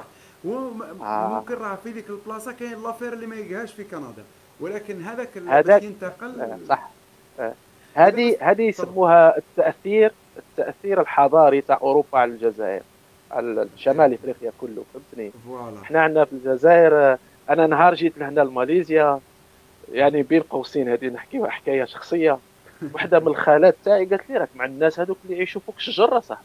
وممكن آه. راه في ذيك البلاصه كاين لافير اللي ما يلقاهاش في كندا، ولكن هذاك ال- باش هذاك ينتقل. آه صح. آه. اذا هذه أست... هذه تفضل. يسموها التأثير، التأثير الحضاري تاع أوروبا على الجزائر، على شمال إيه، إفريقيا كله. فهمتني؟ فوالا. احنا عندنا في الجزائر آه، أنا نهار جيت لهنا لماليزيا، يعني بين قوسين هذه نحكيها حكاية شخصية. واحدة من الخالات تاعي قالت لي راك مع الناس هذوك اللي يعيشوا فوق الشجرة صح.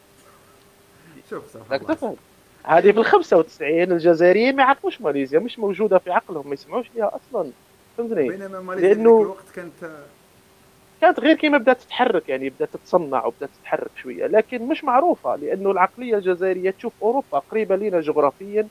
شوف سبحان راك الله. تفهم؟ هذه في ال خمسة وتسعين الجزائريين ما يعرفوش ماليزيا، مش موجودة في عقلهم، ما يسمعوش فيها أصلا. فهمتني؟ بينما ماليزيا في ذاك لأنه الوقت كانت. كانت غير كيما بدات تتحرك، يعني بدات تتصنع وبدات تتحرك شويه، لكن مش معروفه لانه العقليه الجزائريه تشوف اوروبا قريبه لنا جغرافيا،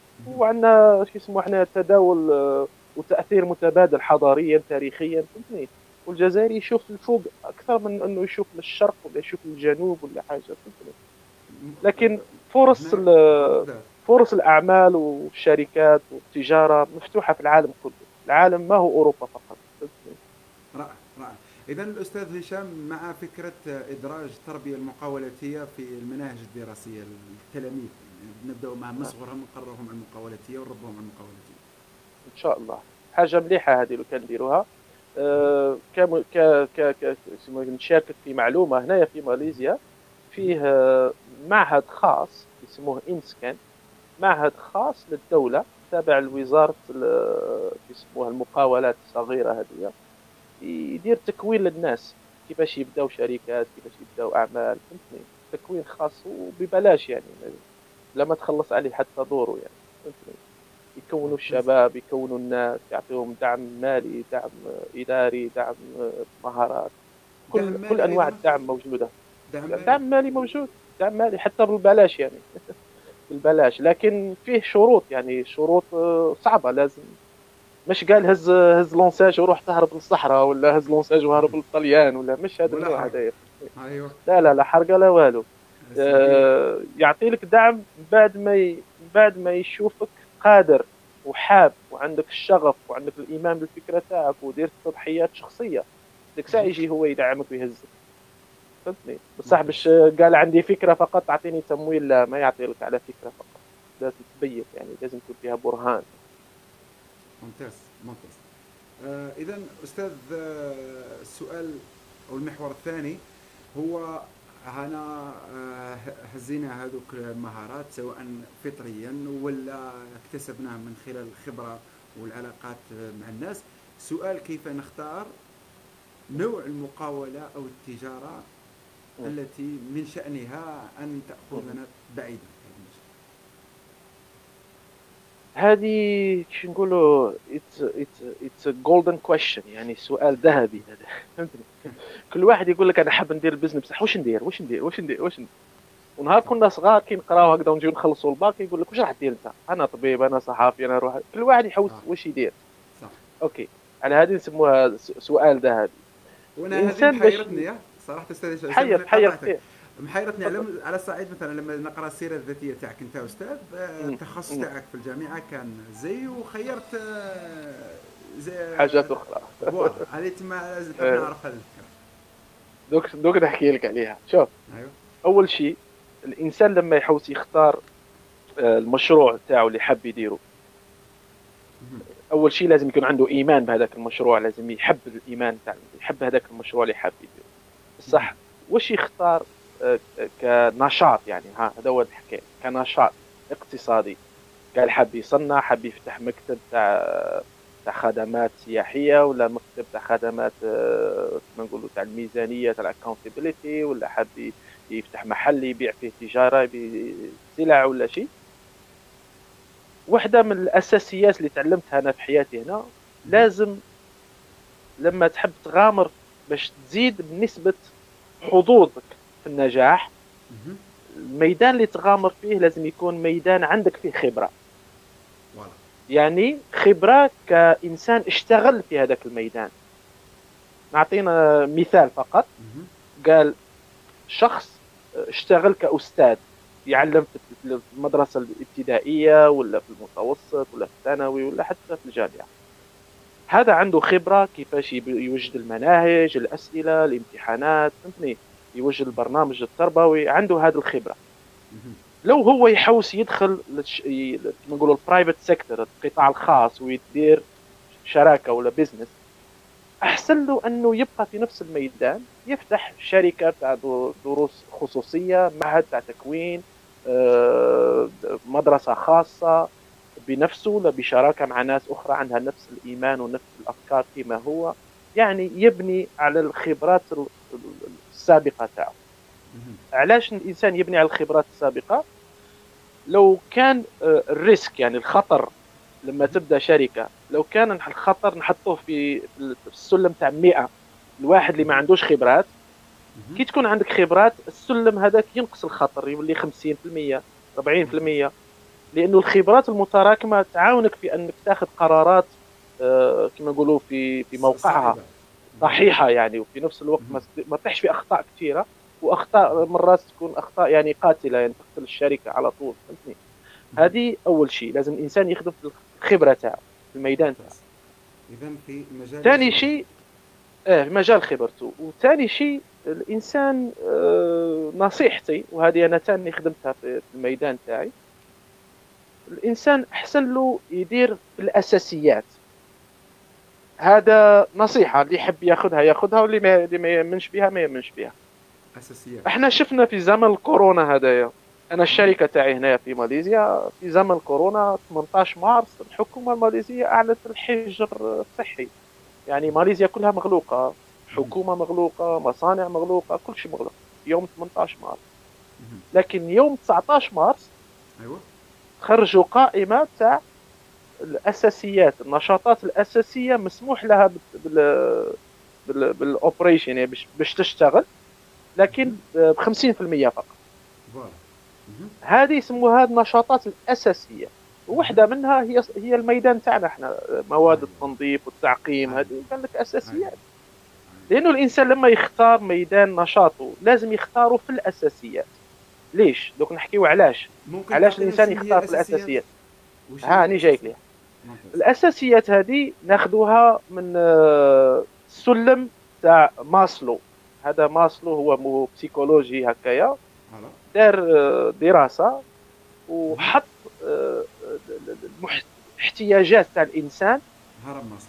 وعندنا شو اسمه احنا تداول آه، وتاثير متبادل حضاريا تاريخيا. فهمتني؟ والجزائري يشوف الفوق اكثر من انه يشوف للشرق ولا يشوف للجنوب ولا حاجه. فهمتني؟ لكن فرص هنا ال- موجودة. فرص الاعمال والشركات والتجاره مفتوحه في العالم كله. العالم ما هو اوروبا فقط. فهمتني؟ رائع رائع. إذا الأستاذ هشام مع فكرة إدراج التربية المقاولاتية في المناهج الدراسية للتلاميذ، يعني نبدأ مع من صغرهم نقررهم على المقاولاتية ونربوهم على المقاولاتية. ان شاء الله حاجه مليحه هذه لو كان نديروها. أه كم ك ك ك اسمه نشاركك في معلومه. هنايا في ماليزيا فيه آه، معهد خاص يسموه انسكان، معهد خاص للدوله تابع لوزاره ال- يسموها المقاولات الصغيره هذه، يدير تكوين للناس كيفاش يبداو شركات، كيفاش يبداو اعمال، فهمتني؟ تكوين خاص وببلاش يعني، لا ما تخلص عليه حتى دوره يعني، فهمتني؟ يكونوا ممتاز. الشباب، يكونوا الناس، يعطيهم دعم مالي، دعم اداري، دعم مهارات، دعم كل كل مالي انواع أيضا. الدعم موجوده. دعم مالي. دعم مالي موجود، دعم مالي حتى بالبلاش يعني، بالبلاش، لكن فيه شروط يعني، شروط آه، صعبه. لازم مش قال هز هز لونساج وروح تهرب للصحراء، ولا هز لونساج وهرب للطليان، ولا مش هذا ولا النوع حرب. هذايا. أيوه. لا لا لا حرقه لا والو. هي. آه، يعطي لك دعم من بعد ما ي... من بعد ما يشوفك قادر وحاب وعندك الشغف وعندك الايمان بالفكره تاعك وديرت تضحيات شخصيه، ديك الساعه يجي هو يدعمك ويهزك، فهمتني؟ بصح باش ممتاز. قال عندي فكره فقط اعطيني تمويل، لا ما يعطي لك على فكره فقط، لازم تبين يعني، لازم يكون فيها برهان. ممتاز. ممتاز. آه إذا أستاذ، آه السؤال أو المحور الثاني هو، هنا آه هزينا هذوك المهارات سواء فطريا ولا اكتسبناها من خلال الخبرة والعلاقات مع الناس. سؤال: كيف نختار نوع المقاولة أو التجارة م- التي من شأنها أن م- تأخذنا بعيدا في المجال؟ هذه كيش نقولوا، it's it's it's a golden question يعني، سؤال ذهبي هذا. فهمتني؟ كل واحد يقول لك انا حاب ندير البزنس، بصح واش ندير واش ندير واش ندير واش ندير. ونهار صح. كنا صغار كي نقراو هكذا ونجيو نخلصوا الباك يقول لك واش راح دير انت؟ انا طبيب، انا صحافي، انا روح. كل واحد يحوس آه. واش يدير. صح. اوكي، على هذه نسموها س- سؤال ذهبي. وانا هذه الانسان باش محيرتني يا صراحه استاذ هشام، تحير سامحني تحير قاطعتك. كثير. محيرتني على تفضل. على الصعيد مثلا لما نقرا السيره الذاتيه تاعك انت استاذ، آه، م- التخصص م. تاعك في الجامعه كان زي، وخيرت آه، زي حاجات اخرى. فوالا. هذه تما لازم حاب آه، نعرف هذا الفكره. دوك دوك نحكي لك عليها. شوف، ايوه. اول شيء الانسان لما يحوس يختار آه، المشروع تاعو اللي حاب يديره، مهم. اول شيء لازم يكون عنده ايمان بهذاك المشروع، لازم يحب الايمان تاع، يحب هذاك المشروع اللي حاب يديره. مهم. صح. وش يختار آه، كنشاط يعني، ها هذا هو الحكايه، كنشاط اقتصادي. قال حاب يصنع، حاب يفتح مكتب تاع تاع خدمات سياحيه، ولا مكتب تاع خدمات آه، كما نقولوا تاع الميزانيه تاع الاكونتابيلتي، ولا حاب ي- يفتح محل يبيع فيه تجاره، يبيع سلع ولا شيء. واحدة من الأساسيات اللي تعلمتها أنا في حياتي هنا، مهم. لازم لما تحب تغامر باش تزيد من نسبة حظوظك في النجاح، مهم. الميدان اللي تغامر فيه لازم يكون ميدان عندك فيه خبرة. فوالا. يعني خبرة كإنسان اشتغل في هذاك الميدان. نعطينا مثال فقط. مهم. قال شخص اشتغل كأستاذ، يعلم في المدرسة الابتدائية ولا في المتوسط ولا في الثانوي ولا حتى في الجامعة. هذا عنده خبرة كيفاش يب- يوجد المناهج، الأسئلة، الامتحانات، فهمتني؟ يوجد البرنامج التربوي، عنده هذه الخبرة. مهم. لو هو يحوس يدخل للش... ي- كما نقولوا البرايفت سيكتور، القطاع الخاص، ويدير شراكة ولا بيزنس، أحسن له أنه يبقى في نفس الميدان، يفتح شركة تاع دو- دروس خصوصية، معهد تاع تكوين، آه، مدرسة خاصة بنفسه، ولا بشراكة مع ناس أخرى عندها نفس الإيمان ونفس الأفكار كما هو، يعني يبني على الخبرات ال- ال- السابقة تاعه. مهم. علاش الإنسان يبني على الخبرات السابقة؟ لو كان آه، الريسك يعني الخطر لما تبدا شركه، لو كان الخطر نحطوه في في السلم تاع مئة، الواحد اللي ما عندوش خبرات، مهم. كي تكون عندك خبرات السلم هذاك ينقص الخطر، يولي خمسين بالمئة ممتاز. أربعين بالمئة. لانه الخبرات المتراكمه تعاونك في انك تاخذ قرارات آه، كما نقولوا في في ص- موقعها، صائبه. فوالا. صحيحه يعني، وفي نفس الوقت مهم. ما ما تطيحش في اخطاء كثيره، واخطاء مرات تكون اخطاء يعني قاتله، يعني تقتل الشركه على طول، فهمتني؟ مهم. هذه اول شيء، لازم الانسان يخدم في الخبره تاعه، في الميدان تاعه. ممتاز. اذا في مجال ثاني الخبره. شيء اه في مجال خبرته. وثاني شيء الانسان آه نصيحتي، وهذه انا ثاني خدمتها في في الميدان تاعي، الانسان احسن له يدير في الاساسيات. هذا نصيحه، اللي يحب ياخذها ياخذها، واللي ما اللي ما يؤمنش بها ما يؤمنش بها. اساسيات. احنا شفنا في زمن الكورونا هذايا انا الشركه تاعي هنا في ماليزيا في زمن كورونا ثمانية عشر مارس الحكومه الماليزيه اعلنت الحجر الصحي. يعني ماليزيا كلها مغلوقه، مهم. حكومه مغلوقه، مصانع مغلوقه، كل شيء مغلق يوم ثمانية عشر مارس. مهم. لكن يوم تسعة عشر مارس ايوه. خرجوا قائمه تاع الاساسيات، النشاطات الاساسيه مسموح لها بال بال بالاوبريشن، يعني باش باش تشتغل، مهم. لكن ب خمسين بالمئة فقط. فوالا. مهم. هذه يسموها النشاطات الاساسيه، مهم. وواحده منها هي هي الميدان تاعنا احنا، مواد ايوه. التنظيف والتعقيم، ايوه. هذه قال لك ايوه. اساسيات. ايوه. لانه الانسان لما يختار ميدان نشاطه لازم يختاره في الاساسيات. ليش دوك نحكيو علاش؟ ممكن علاش تعطينا الانسان شنو هي يختار في الاساسيات؟ الاساسيات؟ وش هي ها انا جايك الاساسيات؟ ليها. ممتاز. الاساسيات هذه ناخذوها من آه، السلم تاع ماسلو. هذا ماسلو هو مو بسيكولوجي هكايا، هلا. دار آه، دراسه مهم. وحط آه، المح- الاحتياجات تاع الانسان، هرم مصر.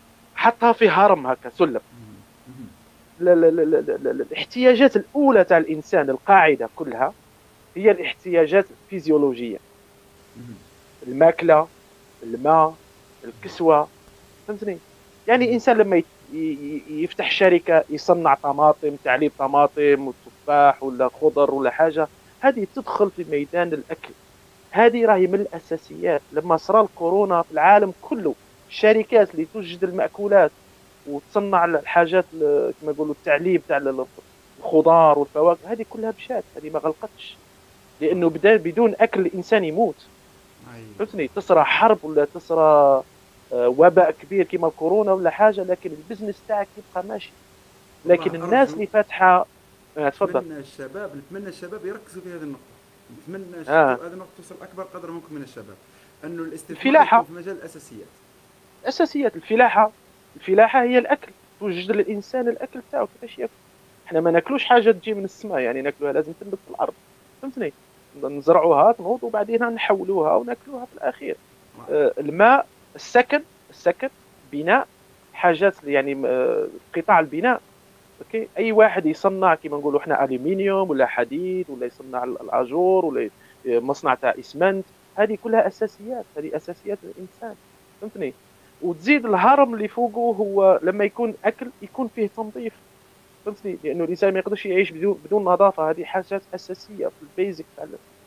حطها في هرم هكا سلم. مهم. مهم. لا- لا- لا- لا- لا- لا. الاحتياجات الاولى تاع الانسان القاعده كلها هي الاحتياجات الفيزيولوجيه: مهم. الماكله، الماء، الكسوه. فهمتني؟ يعني مهم. الانسان لما ي- ي- يفتح شركه يصنع طماطم، تعليب طماطم وتفاح ولا خضر ولا حاجه، هذه تدخل في ميدان الاكل. هذه راهي من الاساسيات. لما صرا الكورونا في العالم كله، الشركات اللي تنتج المأكولات وتصنع الحاجات ال- كما يقولوا التعليب تاع ال- الخضار والفواكه، هذه كلها مشات، هذه ما غلقتش. لانه بدا بدون اكل الانسان يموت. ايوه. فهمتني؟ تصرى حرب ولا تصرى آه، وباء كبير كما الكورونا ولا حاجه، لكن البزنس تاعك يبقى ماشي. لكن والله الناس ارجو، اللي فاتحه آه، تفضل. نتمنى الشباب نتمنى الشباب يركزوا في هذه النقطة. نتمنى الش- اه هذه النقطة توصل أكبر قدر ممكن من الشباب، أنه الاستثمار يكون الفلاحه، في مجال الأساسيات. اساسيات الفلاحه. الفلاحه هي الاكل، توجد للانسان الاكل تاعو كيفاش ياكل. احنا ما ناكلوش حاجه تجي من السماء، يعني ناكلوها لازم تنبت في الارض. فهمتني؟ نزرعوها تنوض وبعدين نحولوها وناكلوها في الاخير. آه، الماء، السكن، السكن، بناء، حاجات يعني آه، قطاع البناء. اوكي، اي واحد يصنع كما نقولوا احنا الومنيوم ولا حديد ولا يصنع الاجور ولا ي- مصنع تاع اسمنت، هذه كلها اساسيات، هذه اساسيات الانسان. فهمتني؟ وتزيد الهرم اللي فوقه هو لما يكون اكل يكون فيه تنظيف. فهمتني؟ لانه الانسان ما يقدرش يعيش بدون بدون نظافه، هذه حاجات اساسيه في البيزك تاع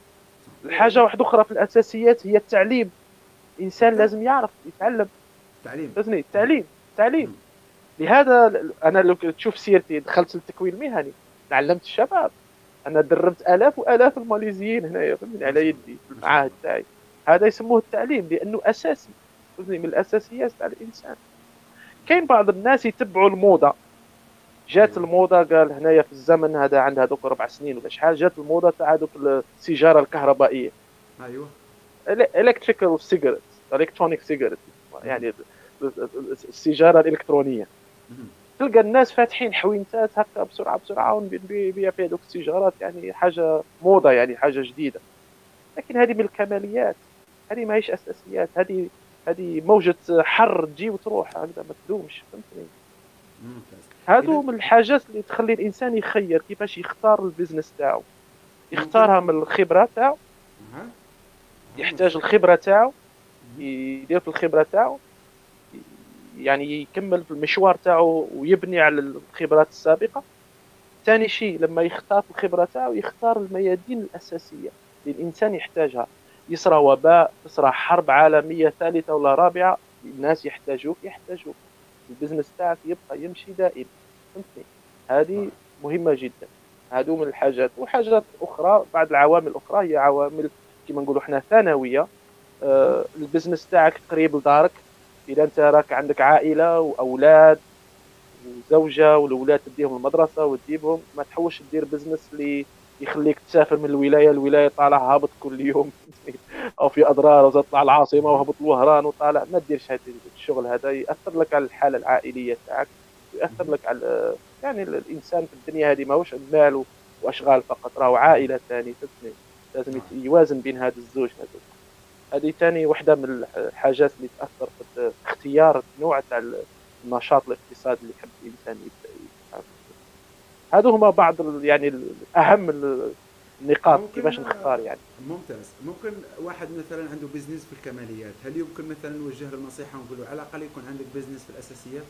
الحاجه. واحده اخرى في الاساسيات هي التعليم. الانسان الت- لازم يعرف يتعلم. التعليم. فهمتني؟ التعليم، التعليم. لهذا انا لو تشوف سيرتي دخلت التكوين المهني، علمت الشباب. انا دربت الاف والاف الماليزيين هنايا، فهمتني، ما على شاء الله. يدي في ما شاء المعاهد الله. تاعي. هذا يسموه التعليم لانه اساسي. فهمتني؟ من الاساسيات تاع الانسان. كاين بعض الناس يتبعوا الموضه. جات أيوه. الموضه، قال هنايا في الزمن هذا عندها دوك اربع سنين ولا شحال، جات الموضه تاع دوك السيجاره الكهربائيه، أيوه. الكتريكال سيجارت، الكترونيك سيجارت، مهم. يعني السيجاره الالكترونيه. مهم. تلقى الناس فاتحين حوينتات هكا بسرعه بسرعه ونبيع فيها دوك السيجارات، يعني حاجه موضه، يعني حاجه جديده. لكن هذه من الكماليات، هذه ما هيش اساسيات. هذه هذه موجه حر تجي وتروح هكذا ما تدومش. فهمتني؟ ممتاز. إذا هذو من الحاجات اللي تخلي الانسان يخير كيفاش يختار البيزنس تاعو. ممكن. يختارها من الخبره تاعو، ها. ها يحتاج ممتاز. الخبره تاعو، مهم. يدير في الخبره تاعو، يعني يكمل في المشوار تاعو ويبني على الخبرات السابقه. ثاني شيء لما يختار الخبرة تاعو يختار الميادين الأساسية اللي الإنسان يحتاجها. يصرى وباء، تصرى حرب عالمية ثالثة ولا رابعة، الناس يحتاجوك يحتاجوك البزنس تاعك يبقى يمشي دائما. فهمتني؟ هذه رائع. مهمة جدا. هذو من الحاجات. وحاجات أخرى، بعض العوامل الأخرى هي عوامل كما نقولوا احنا ثانوية. مهم. آه، البزنس تاعك قريب لدارك. إذا أنت راك عندك عائلة وأولاد وزوجه والاولاد تديهم المدرسه وتجيبهم، ما تحوش تدير بزنس اللي يخليك تسافر من الولايه للولايه، طالع هابط كل يوم او في اضرار، وتطلع العاصمه مهم. وهبط الوهران وطالع. ما تديرش هذا الشغل، هذا ياثر لك على الحاله العائليه تاعك، وياثر مهم. لك على يعني الانسان في الدنيا هذه ماهوش مال واشغال فقط، راهو مهم. عائله ثاني. لازم رائع. يوازن بين هذا الزوج هذا. هذه ثاني وحده من الحاجات اللي تاثر في اختيار النوع تاع النشاط الاقتصادي اللي يحب الانسان يبدا يفعل. هذو هما بعض ال- يعني الاهم ال- النقاط ممكن كيفاش آه، نختار يعني. ممتاز. ممكن واحد مثلا عنده بيزنس في الكماليات، هل يمكن مثلا نوجه له نصيحة ونقول له على الأقل يكون عندك بيزنس في الأساسيات؟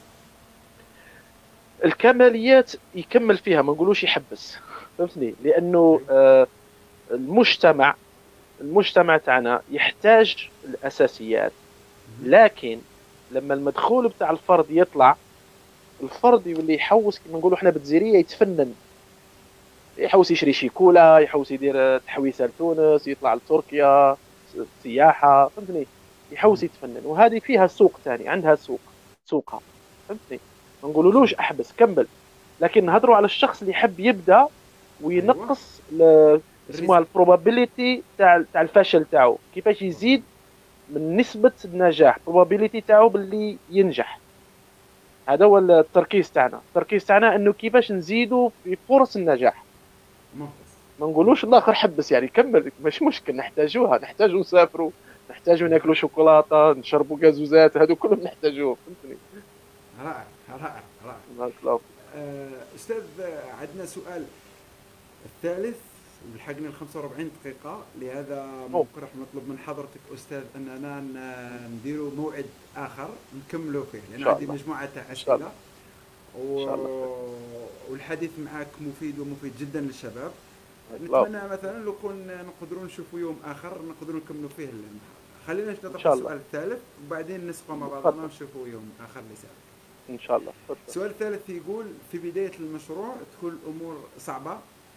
الكماليات يكمل فيها، ما نقولوش يحبس. فهمتني؟ لانه أيوه. آه، المجتمع المجتمع تاعنا يحتاج الاساسيات، مهم. لكن لما المدخول بتاع الفرد يطلع، الفرد يولي يحوس كما نقولوا احنا بالجزيريه يتفنن، يحوس يشري شيكولا، يحوس يدير تحويسه لتونس، يطلع لتركيا سياحه. فهمتني؟ يحوس مهم. يتفنن، وهذه فيها سوق ثاني، عندها سوق، سوقها. فهمتني؟ ما نقولولوش جميل. احبس كمل، لكن مهم. نهضروا على الشخص اللي يحب يبدا أيوه. وينقص ل... يسموها الريسك. البروبابيليتي تاع تاع الفشل تاعو، كيفاش يزيد من نسبة النجاح، probability تاعو باللي ينجح. هذا هو التركيز تاعنا، التركيز تاعنا انه كيفاش نزيدوا في فرص النجاح. ممتاز. ما نقولوش ممتاز. الاخر حبس يعني كمل، مش مشكل، نحتاجوها، نحتاجوا نسافروا، نحتاجوا ناكلوا شوكولاته، نشربوا غازوزات، هذو كلهم نحتاجوهم. فهمتني؟ رائع رائع رائع. بارك الله فيك. آه، أستاذ، آه، عندنا سؤال الثالث، ولحقنا ال خمسة وأربعين دقيقة، لهذا أوه. ممكن راح نطلب من حضرتك أستاذ أننا ن- نديروا موعد آخر نكملوا فيه، ان لأن شاء عندي الله، مجموعة تاع ان شاء أسئلة. الله، ان و... شاء الله اخوي. والحديث معك مفيد ومفيد جدا للشباب. بارك الله فيك. نتمنى مثلا لو كنا نقدروا نشوفوا يوم آخر نقدروا نكملوا فيه المحاضرة. خلينا ان نطرح شاء الله. السؤال الثالث وبعدين نسقوا مع بعضنا تفضل. ونشوفوا يوم آخر لسبب. ان شاء الله تفضل. السؤال الثالث يقول: في بداية المشروع تكون الأمور صعبة،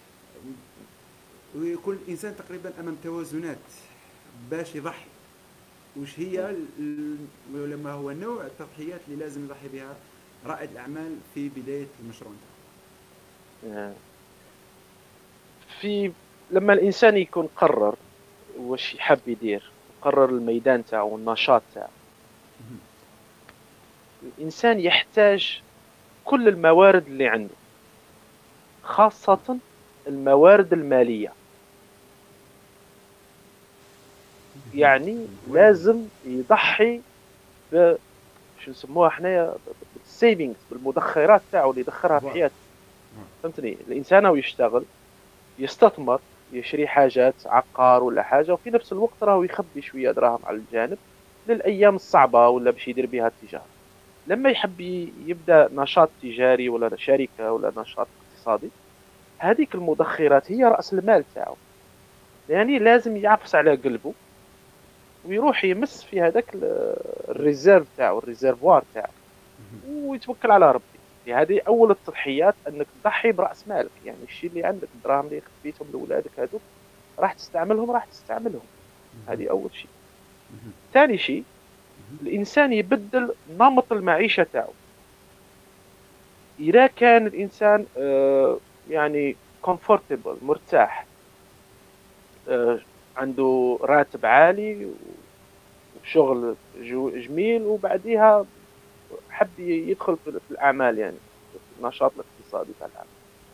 ويكون الإنسان تقريبا أمام توازنات باش يضحي. وش هي ال- لما هو نوع التضحيات اللي لازم يضحي بها رائد الأعمال في بداية المشروع نتاعو؟ آه. في لما الانسان يكون قرر واش يحب يدير، قرر الميدان تاعو والنشاط تاعو، الانسان يحتاج كل الموارد اللي عنده، خاصة الموارد المالية. يعني وين؟ لازم يضحي ب شو نسموها حنايا بالسيفينغز، بالمدخرات تاعو اللي يدخرها في فوالا. حياته. فهمتني؟ الانسان هو يشتغل، يستثمر، يشري حاجات عقار ولا حاجة، وفي نفس الوقت راهو يخبي شوية دراهم على الجانب للأيام الصعبة ولا باش يدير بها التجارة. لما يحب يبدأ نشاط تجاري ولا شركة ولا نشاط اقتصادي، هذيك المدخرات هي رأس المال تاعو. يعني لازم يعفس على قلبه ويروح يمس في هذاك الريزيرف تاعو، الريزيرفوار تاعو، ويتوكل على ربي. يعني هذه اول التضحيات، انك تضحي براس مالك. يعني الشيء اللي عندك، الدراهم اللي خبيتهم لاولادك هذوك، راح تستعملهم، راح تستعملهم. هذه اول شيء. ثاني شيء، الانسان يبدل نمط المعيشه تاعو. اذا كان الانسان آه، يعني comfortable، مرتاح، آه، عنده راتب عالي وشغل جو- جميل، وبعديها حب يدخل في في الاعمال، يعني في النشاط الاقتصادي تاع العمل،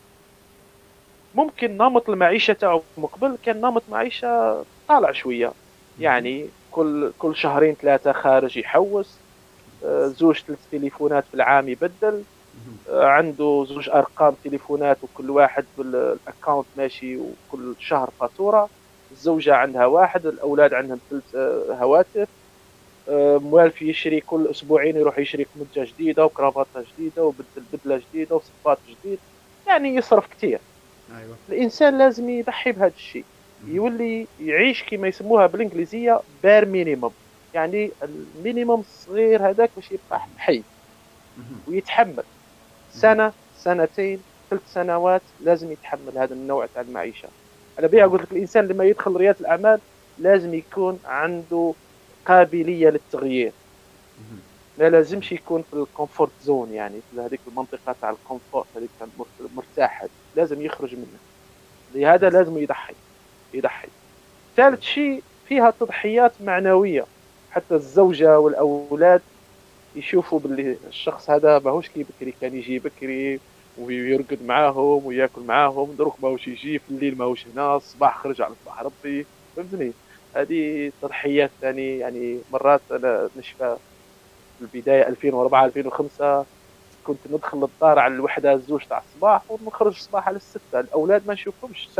ممكن نمط المعيشه تاعو مقبل كان نمط معيشه طالع شويه. يعني كل كل شهرين ثلاثه خارج يحوس، آه، زوج ثلاث تليفونات في العام يبدل، آه، عنده زوج ارقام تليفونات وكل واحد بالاكونت ماشي، وكل شهر فاتوره. الزوجه عندها واحد، الاولاد عندهم ثلاث آه، هواتف. آه، موالف يشري كل اسبوعين، يروح يشري كمجه جديده وكرافته جديده وبدل بدله جديده وصفات جديد. يعني يصرف كثير. ايوه. الانسان لازم يضحي بهذا الشيء، يولي يعيش كما يسموها بالانجليزيه بير مينيموم. يعني المينيموم الصغير هذاك باش يبقى حي ويتحمل. سنه، سنتين، ثلاث سنوات لازم يتحمل هذا النوع تاع المعيشه. على بيها قلت لك الانسان لما يدخل رياده الاعمال لازم يكون عنده قابليه للتغيير. ما لازمش يكون في الكومفورت زون، يعني في هذيك المنطقه تاع الكومفورت، هذيك المرتاح، لازم يخرج منها. لهذا لازم يضحي، يضحي. ثالث شيء، فيها تضحيات معنويه. حتى الزوجه والاولاد يشوفوا باللي الشخص هذا ماهوش كي بكري، كان يجي بكري ويرقد معاهم وياكل معاهم، دروك ماهوش يجي في الليل، ماهوش هنا الصباح خرج على صباح ربي. فهمتني؟ هذه تضحيات ثاني. يعني مرات انا نشفى في البدايه ألفين وأربعة ألفين وخمسة، كنت ندخل الدار على الوحده الزوج تاع الصباح ونخرج الصباح على الستة، الاولاد ما نشوفهمش سنه.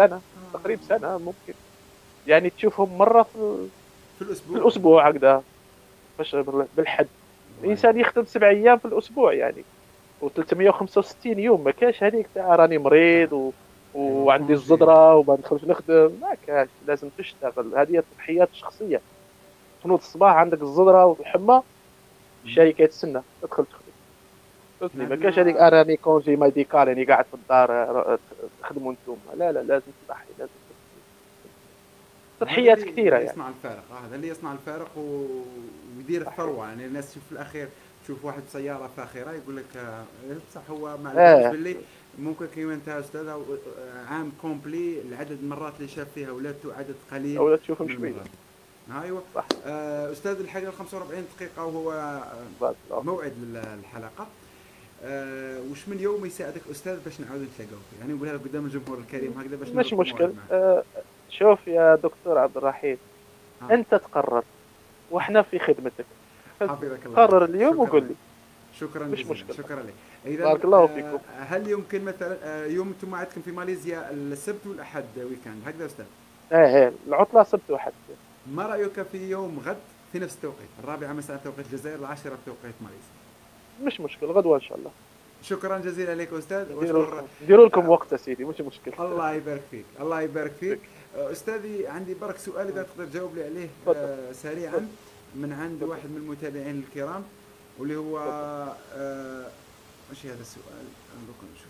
تقريبا سنة ممكن، يعني تشوفهم مرة في ال- في في الأسبوع. الأسبوع هكذا، باش بال- بالحد. الله الإنسان يبارك. يخدم سبع أيام في الأسبوع يعني، و365 يوم، ما كاش هذيك تاع راني مريض و... أيوة وعندي كونجي. الزدرة وما ندخلش نخدم، ما كاش، لازم تشتغل. هذه التضحيات الشخصية. تنوض الصباح عندك الزدرة والحمى، مهم. الشركة تسنى تدخل تخدم. احنا فهمتني؟ ما كاش هذيك عندنا. آه راني كونجي ميديكال يعني قاعد في الدار آه، تخدموا انتم. لا لا، لازم تضحي، لازم تضحي. وهذا تضحيات اللي كثيرة اللي يعني. يصنع الفارق، آه، هذا اللي يصنع الفارق و... ويدير صحيح. الثروة. يعني الناس تشوف في الأخير، تشوف واحد بسيارة فاخرة يقول لك آه، بصح هو ما على بالوش اه باللي ممكن كيما انت أستاذ آه، عام كومبلي العدد المرات اللي شاف فيها ولادته عدد قليل أولا تشوفهم من شوية. المرات. ايوه. صح. آه، استاذ الحاجه ال خمسة وأربعين دقيقه وهو آه، بارك الله فيك. موعد الحلقه. آه، وش من يوم يساعدك استاذ باش نعاود نتلاقاو؟ يعني نقولها قدام الجمهور الكريم هكذا باش مش نربطوا الموعد مشكل. معك. آه شوف يا دكتور عبد الرحيم، ها. أنت تقرر واحنا في خدمتك. فهمتني؟ حفظك الله قرر ويحفظك. اليوم شكرا. وقول لي. شكرا مش جزيلا. مشكل. شكرا لك. اذا بارك الله آه، فيكم. هل يمكن مثلا آه، يوم انتم عندكم في ماليزيا السبت والاحد ويكاند هكذا استاذ؟ ايه ايه، العطلة سبت وحد. ما رايك في يوم غد في نفس التوقيت الرابعه مساء توقيت الجزائر العاشره بتوقيت ماليزيا؟ مش مشكل، غدوة ان شاء الله. شكرا جزيلا لك استاذ نديروا واشكر. لكم نديروا لكم آه، وقت يا سيدي، مش مشكل. الله يبارك فيك. الله يبارك فيك. فيك. آه، استاذي عندي برك سؤال اذا تقدر تجاوب لي عليه تفضل. آه، سريعا، تفضل. من عند تفضل. واحد من المتابعين الكرام، واللي هو تفضل. آه، ايش هذا السؤال؟ نروح نشوف.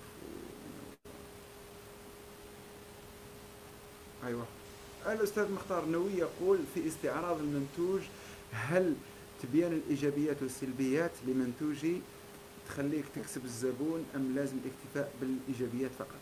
ايوه. الاستاذ مختار النووي يقول في استعراض المنتوج، هل تبيان الايجابيات والسلبيات لمنتوجي تخليك تكسب الزبون ام لازم الاكتفاء بالايجابيات فقط؟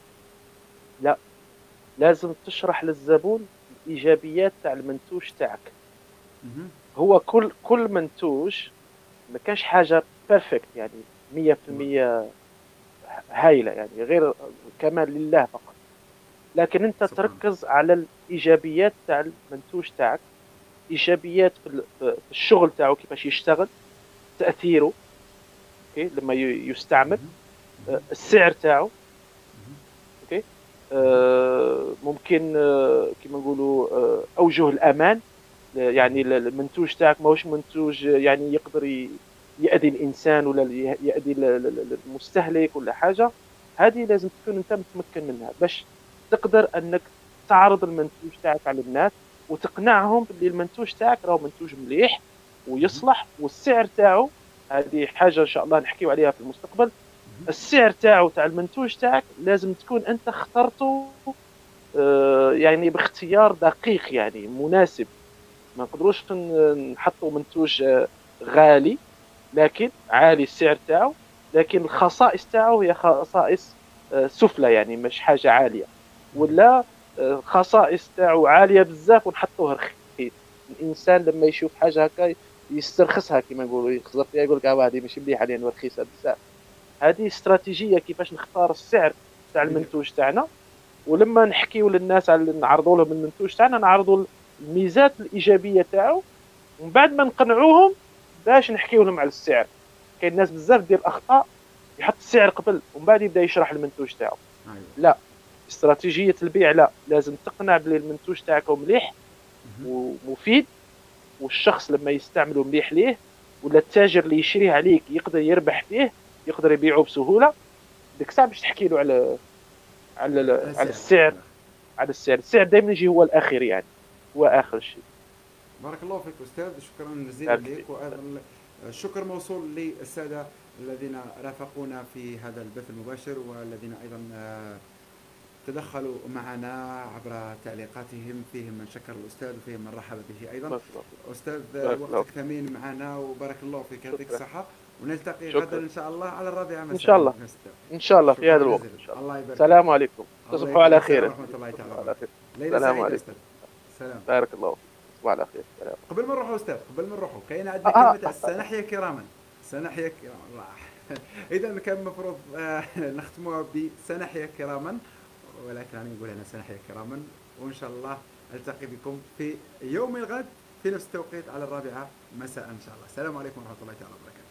لا، لازم تشرح للزبون الايجابيات تاع المنتوج تاعك. مهم. هو كل كل منتوج ما كانش حاجة بيرفكت يعني مية في نعم. المية هايلة، يعني غير كمال لله فقط. لكن انت سبحان الله. تركز على الايجابيات تاع المنتوج تاعك. ايجابيات في ال- في الشغل تاعو، كيفاش يشتغل، تاثيره اوكي لما ي- يستعمل، مهم. آه، مهم. السعر تاعو مهم. اوكي، مهم. آه، ممكن آه، كيما نقولوا آه، اوجه الامان. آه، يعني ال- المنتوج تاعك ماهوش منتوج آه، يعني يقدر ي- يأذي الانسان ولا ي- يأذي ال- ال- ال- المستهلك ولا حاجه. هذه لازم تكون انت متمكن منها باش تقدر انك تعرض المنتوج تاعك على الناس وتقنعهم باللي المنتوج تاعك راهو منتوج مليح مهم. ويصلح، والسعر تاعو هذه حاجه ان شاء الله نحكيو عليها في المستقبل. مهم. السعر تاعو تاع المنتوج تاعك لازم تكون انت اخترته آه، يعني باختيار دقيق يعني مناسب. ما نقدروش ن- نحطوا منتوج آه، غالي لكن عالي السعر تاعو، لكن الخصائص تاعو هي خصائص آه، سفلى يعني مش حاجه عاليه. ولا آه، الخصائص تاعو عاليه بزاف ونحطوه رخيص. الانسان لما يشوف حاجه هكا يسترخصها كما نقولوا، يخزر فيها يقول لك اه هذه ماشي مليحه لان رخيصه بزاف. هذه استراتيجيه كيفاش نختار السعر تاع إذا المنتوج تاعنا. ولما نحكيو للناس على نعرضوا لهم المنتوج تاعنا نعرضوا الميزات الايجابيه تاعو، ومن بعد ما نقنعوهم باش نحكيو لهم على السعر. كاين ناس بزاف دير اخطاء، يحط السعر قبل ومن بعد يبدا يشرح المنتوج تاعو. ايوه. لا، استراتيجيه البيع لا، لازم تقنع بلي المنتوج تاعك مليح مهم. ومفيد، والشخص لما يستعمله مليح ليه، ولا التاجر اللي يشريه عليك يقدر يربح فيه، يقدر يبيعه بسهوله. ديك الساعه باش تحكي له على على على على سعر السعر. في الآخر. على السعر، السعر دائما يجي هو الاخير يعني، هو اخر شيء. بارك الله فيك استاذ. شكرا جزيلا بارك لك. فيك. وايضا الشكر موصول للساده الذين رافقونا في هذا البث المباشر، والذين ايضا آه، تدخلوا معنا عبر تعليقاتهم، فيهم من شكر الاستاذ وفيهم من رحب به ايضا. بارك الله فيك. استاذ بارك الله وقتك فيك. ثمين معنا وبارك الله فيك، يعطيك شكرا. الصحه. ونلتقي غدا شكرا. ان شاء الله على الرابعه ان شاء مساء الله. أستاذ. ان شاء الله في هذا شكرا الوقت جزيلا. ان شاء الله. الله يبارك فيك. السلام عليكم، الله تصبحوا على يعطيك خير السلام يا ورحمه سيدي. الله تعالى تصبحوا على وبركاته. خير. ليله السلام سعيده عليكم. استاذ. سلام. بارك الله فيك. تصبحوا على خير. سلام. قبل ما نروحوا استاذ، قبل ما نروحوا كاين آه عندنا آه. كلمه سنحيا كراما. سنحيا كراما. اذا كان المفروض آه، نختموها بسنحيا كراما، ولكن انا نقول انا سنحيا كراما. وان شاء الله التقي بكم في يوم الغد في نفس التوقيت على الرابعه مساء ان شاء الله. السلام عليكم ورحمه الله تعالى وبركاته.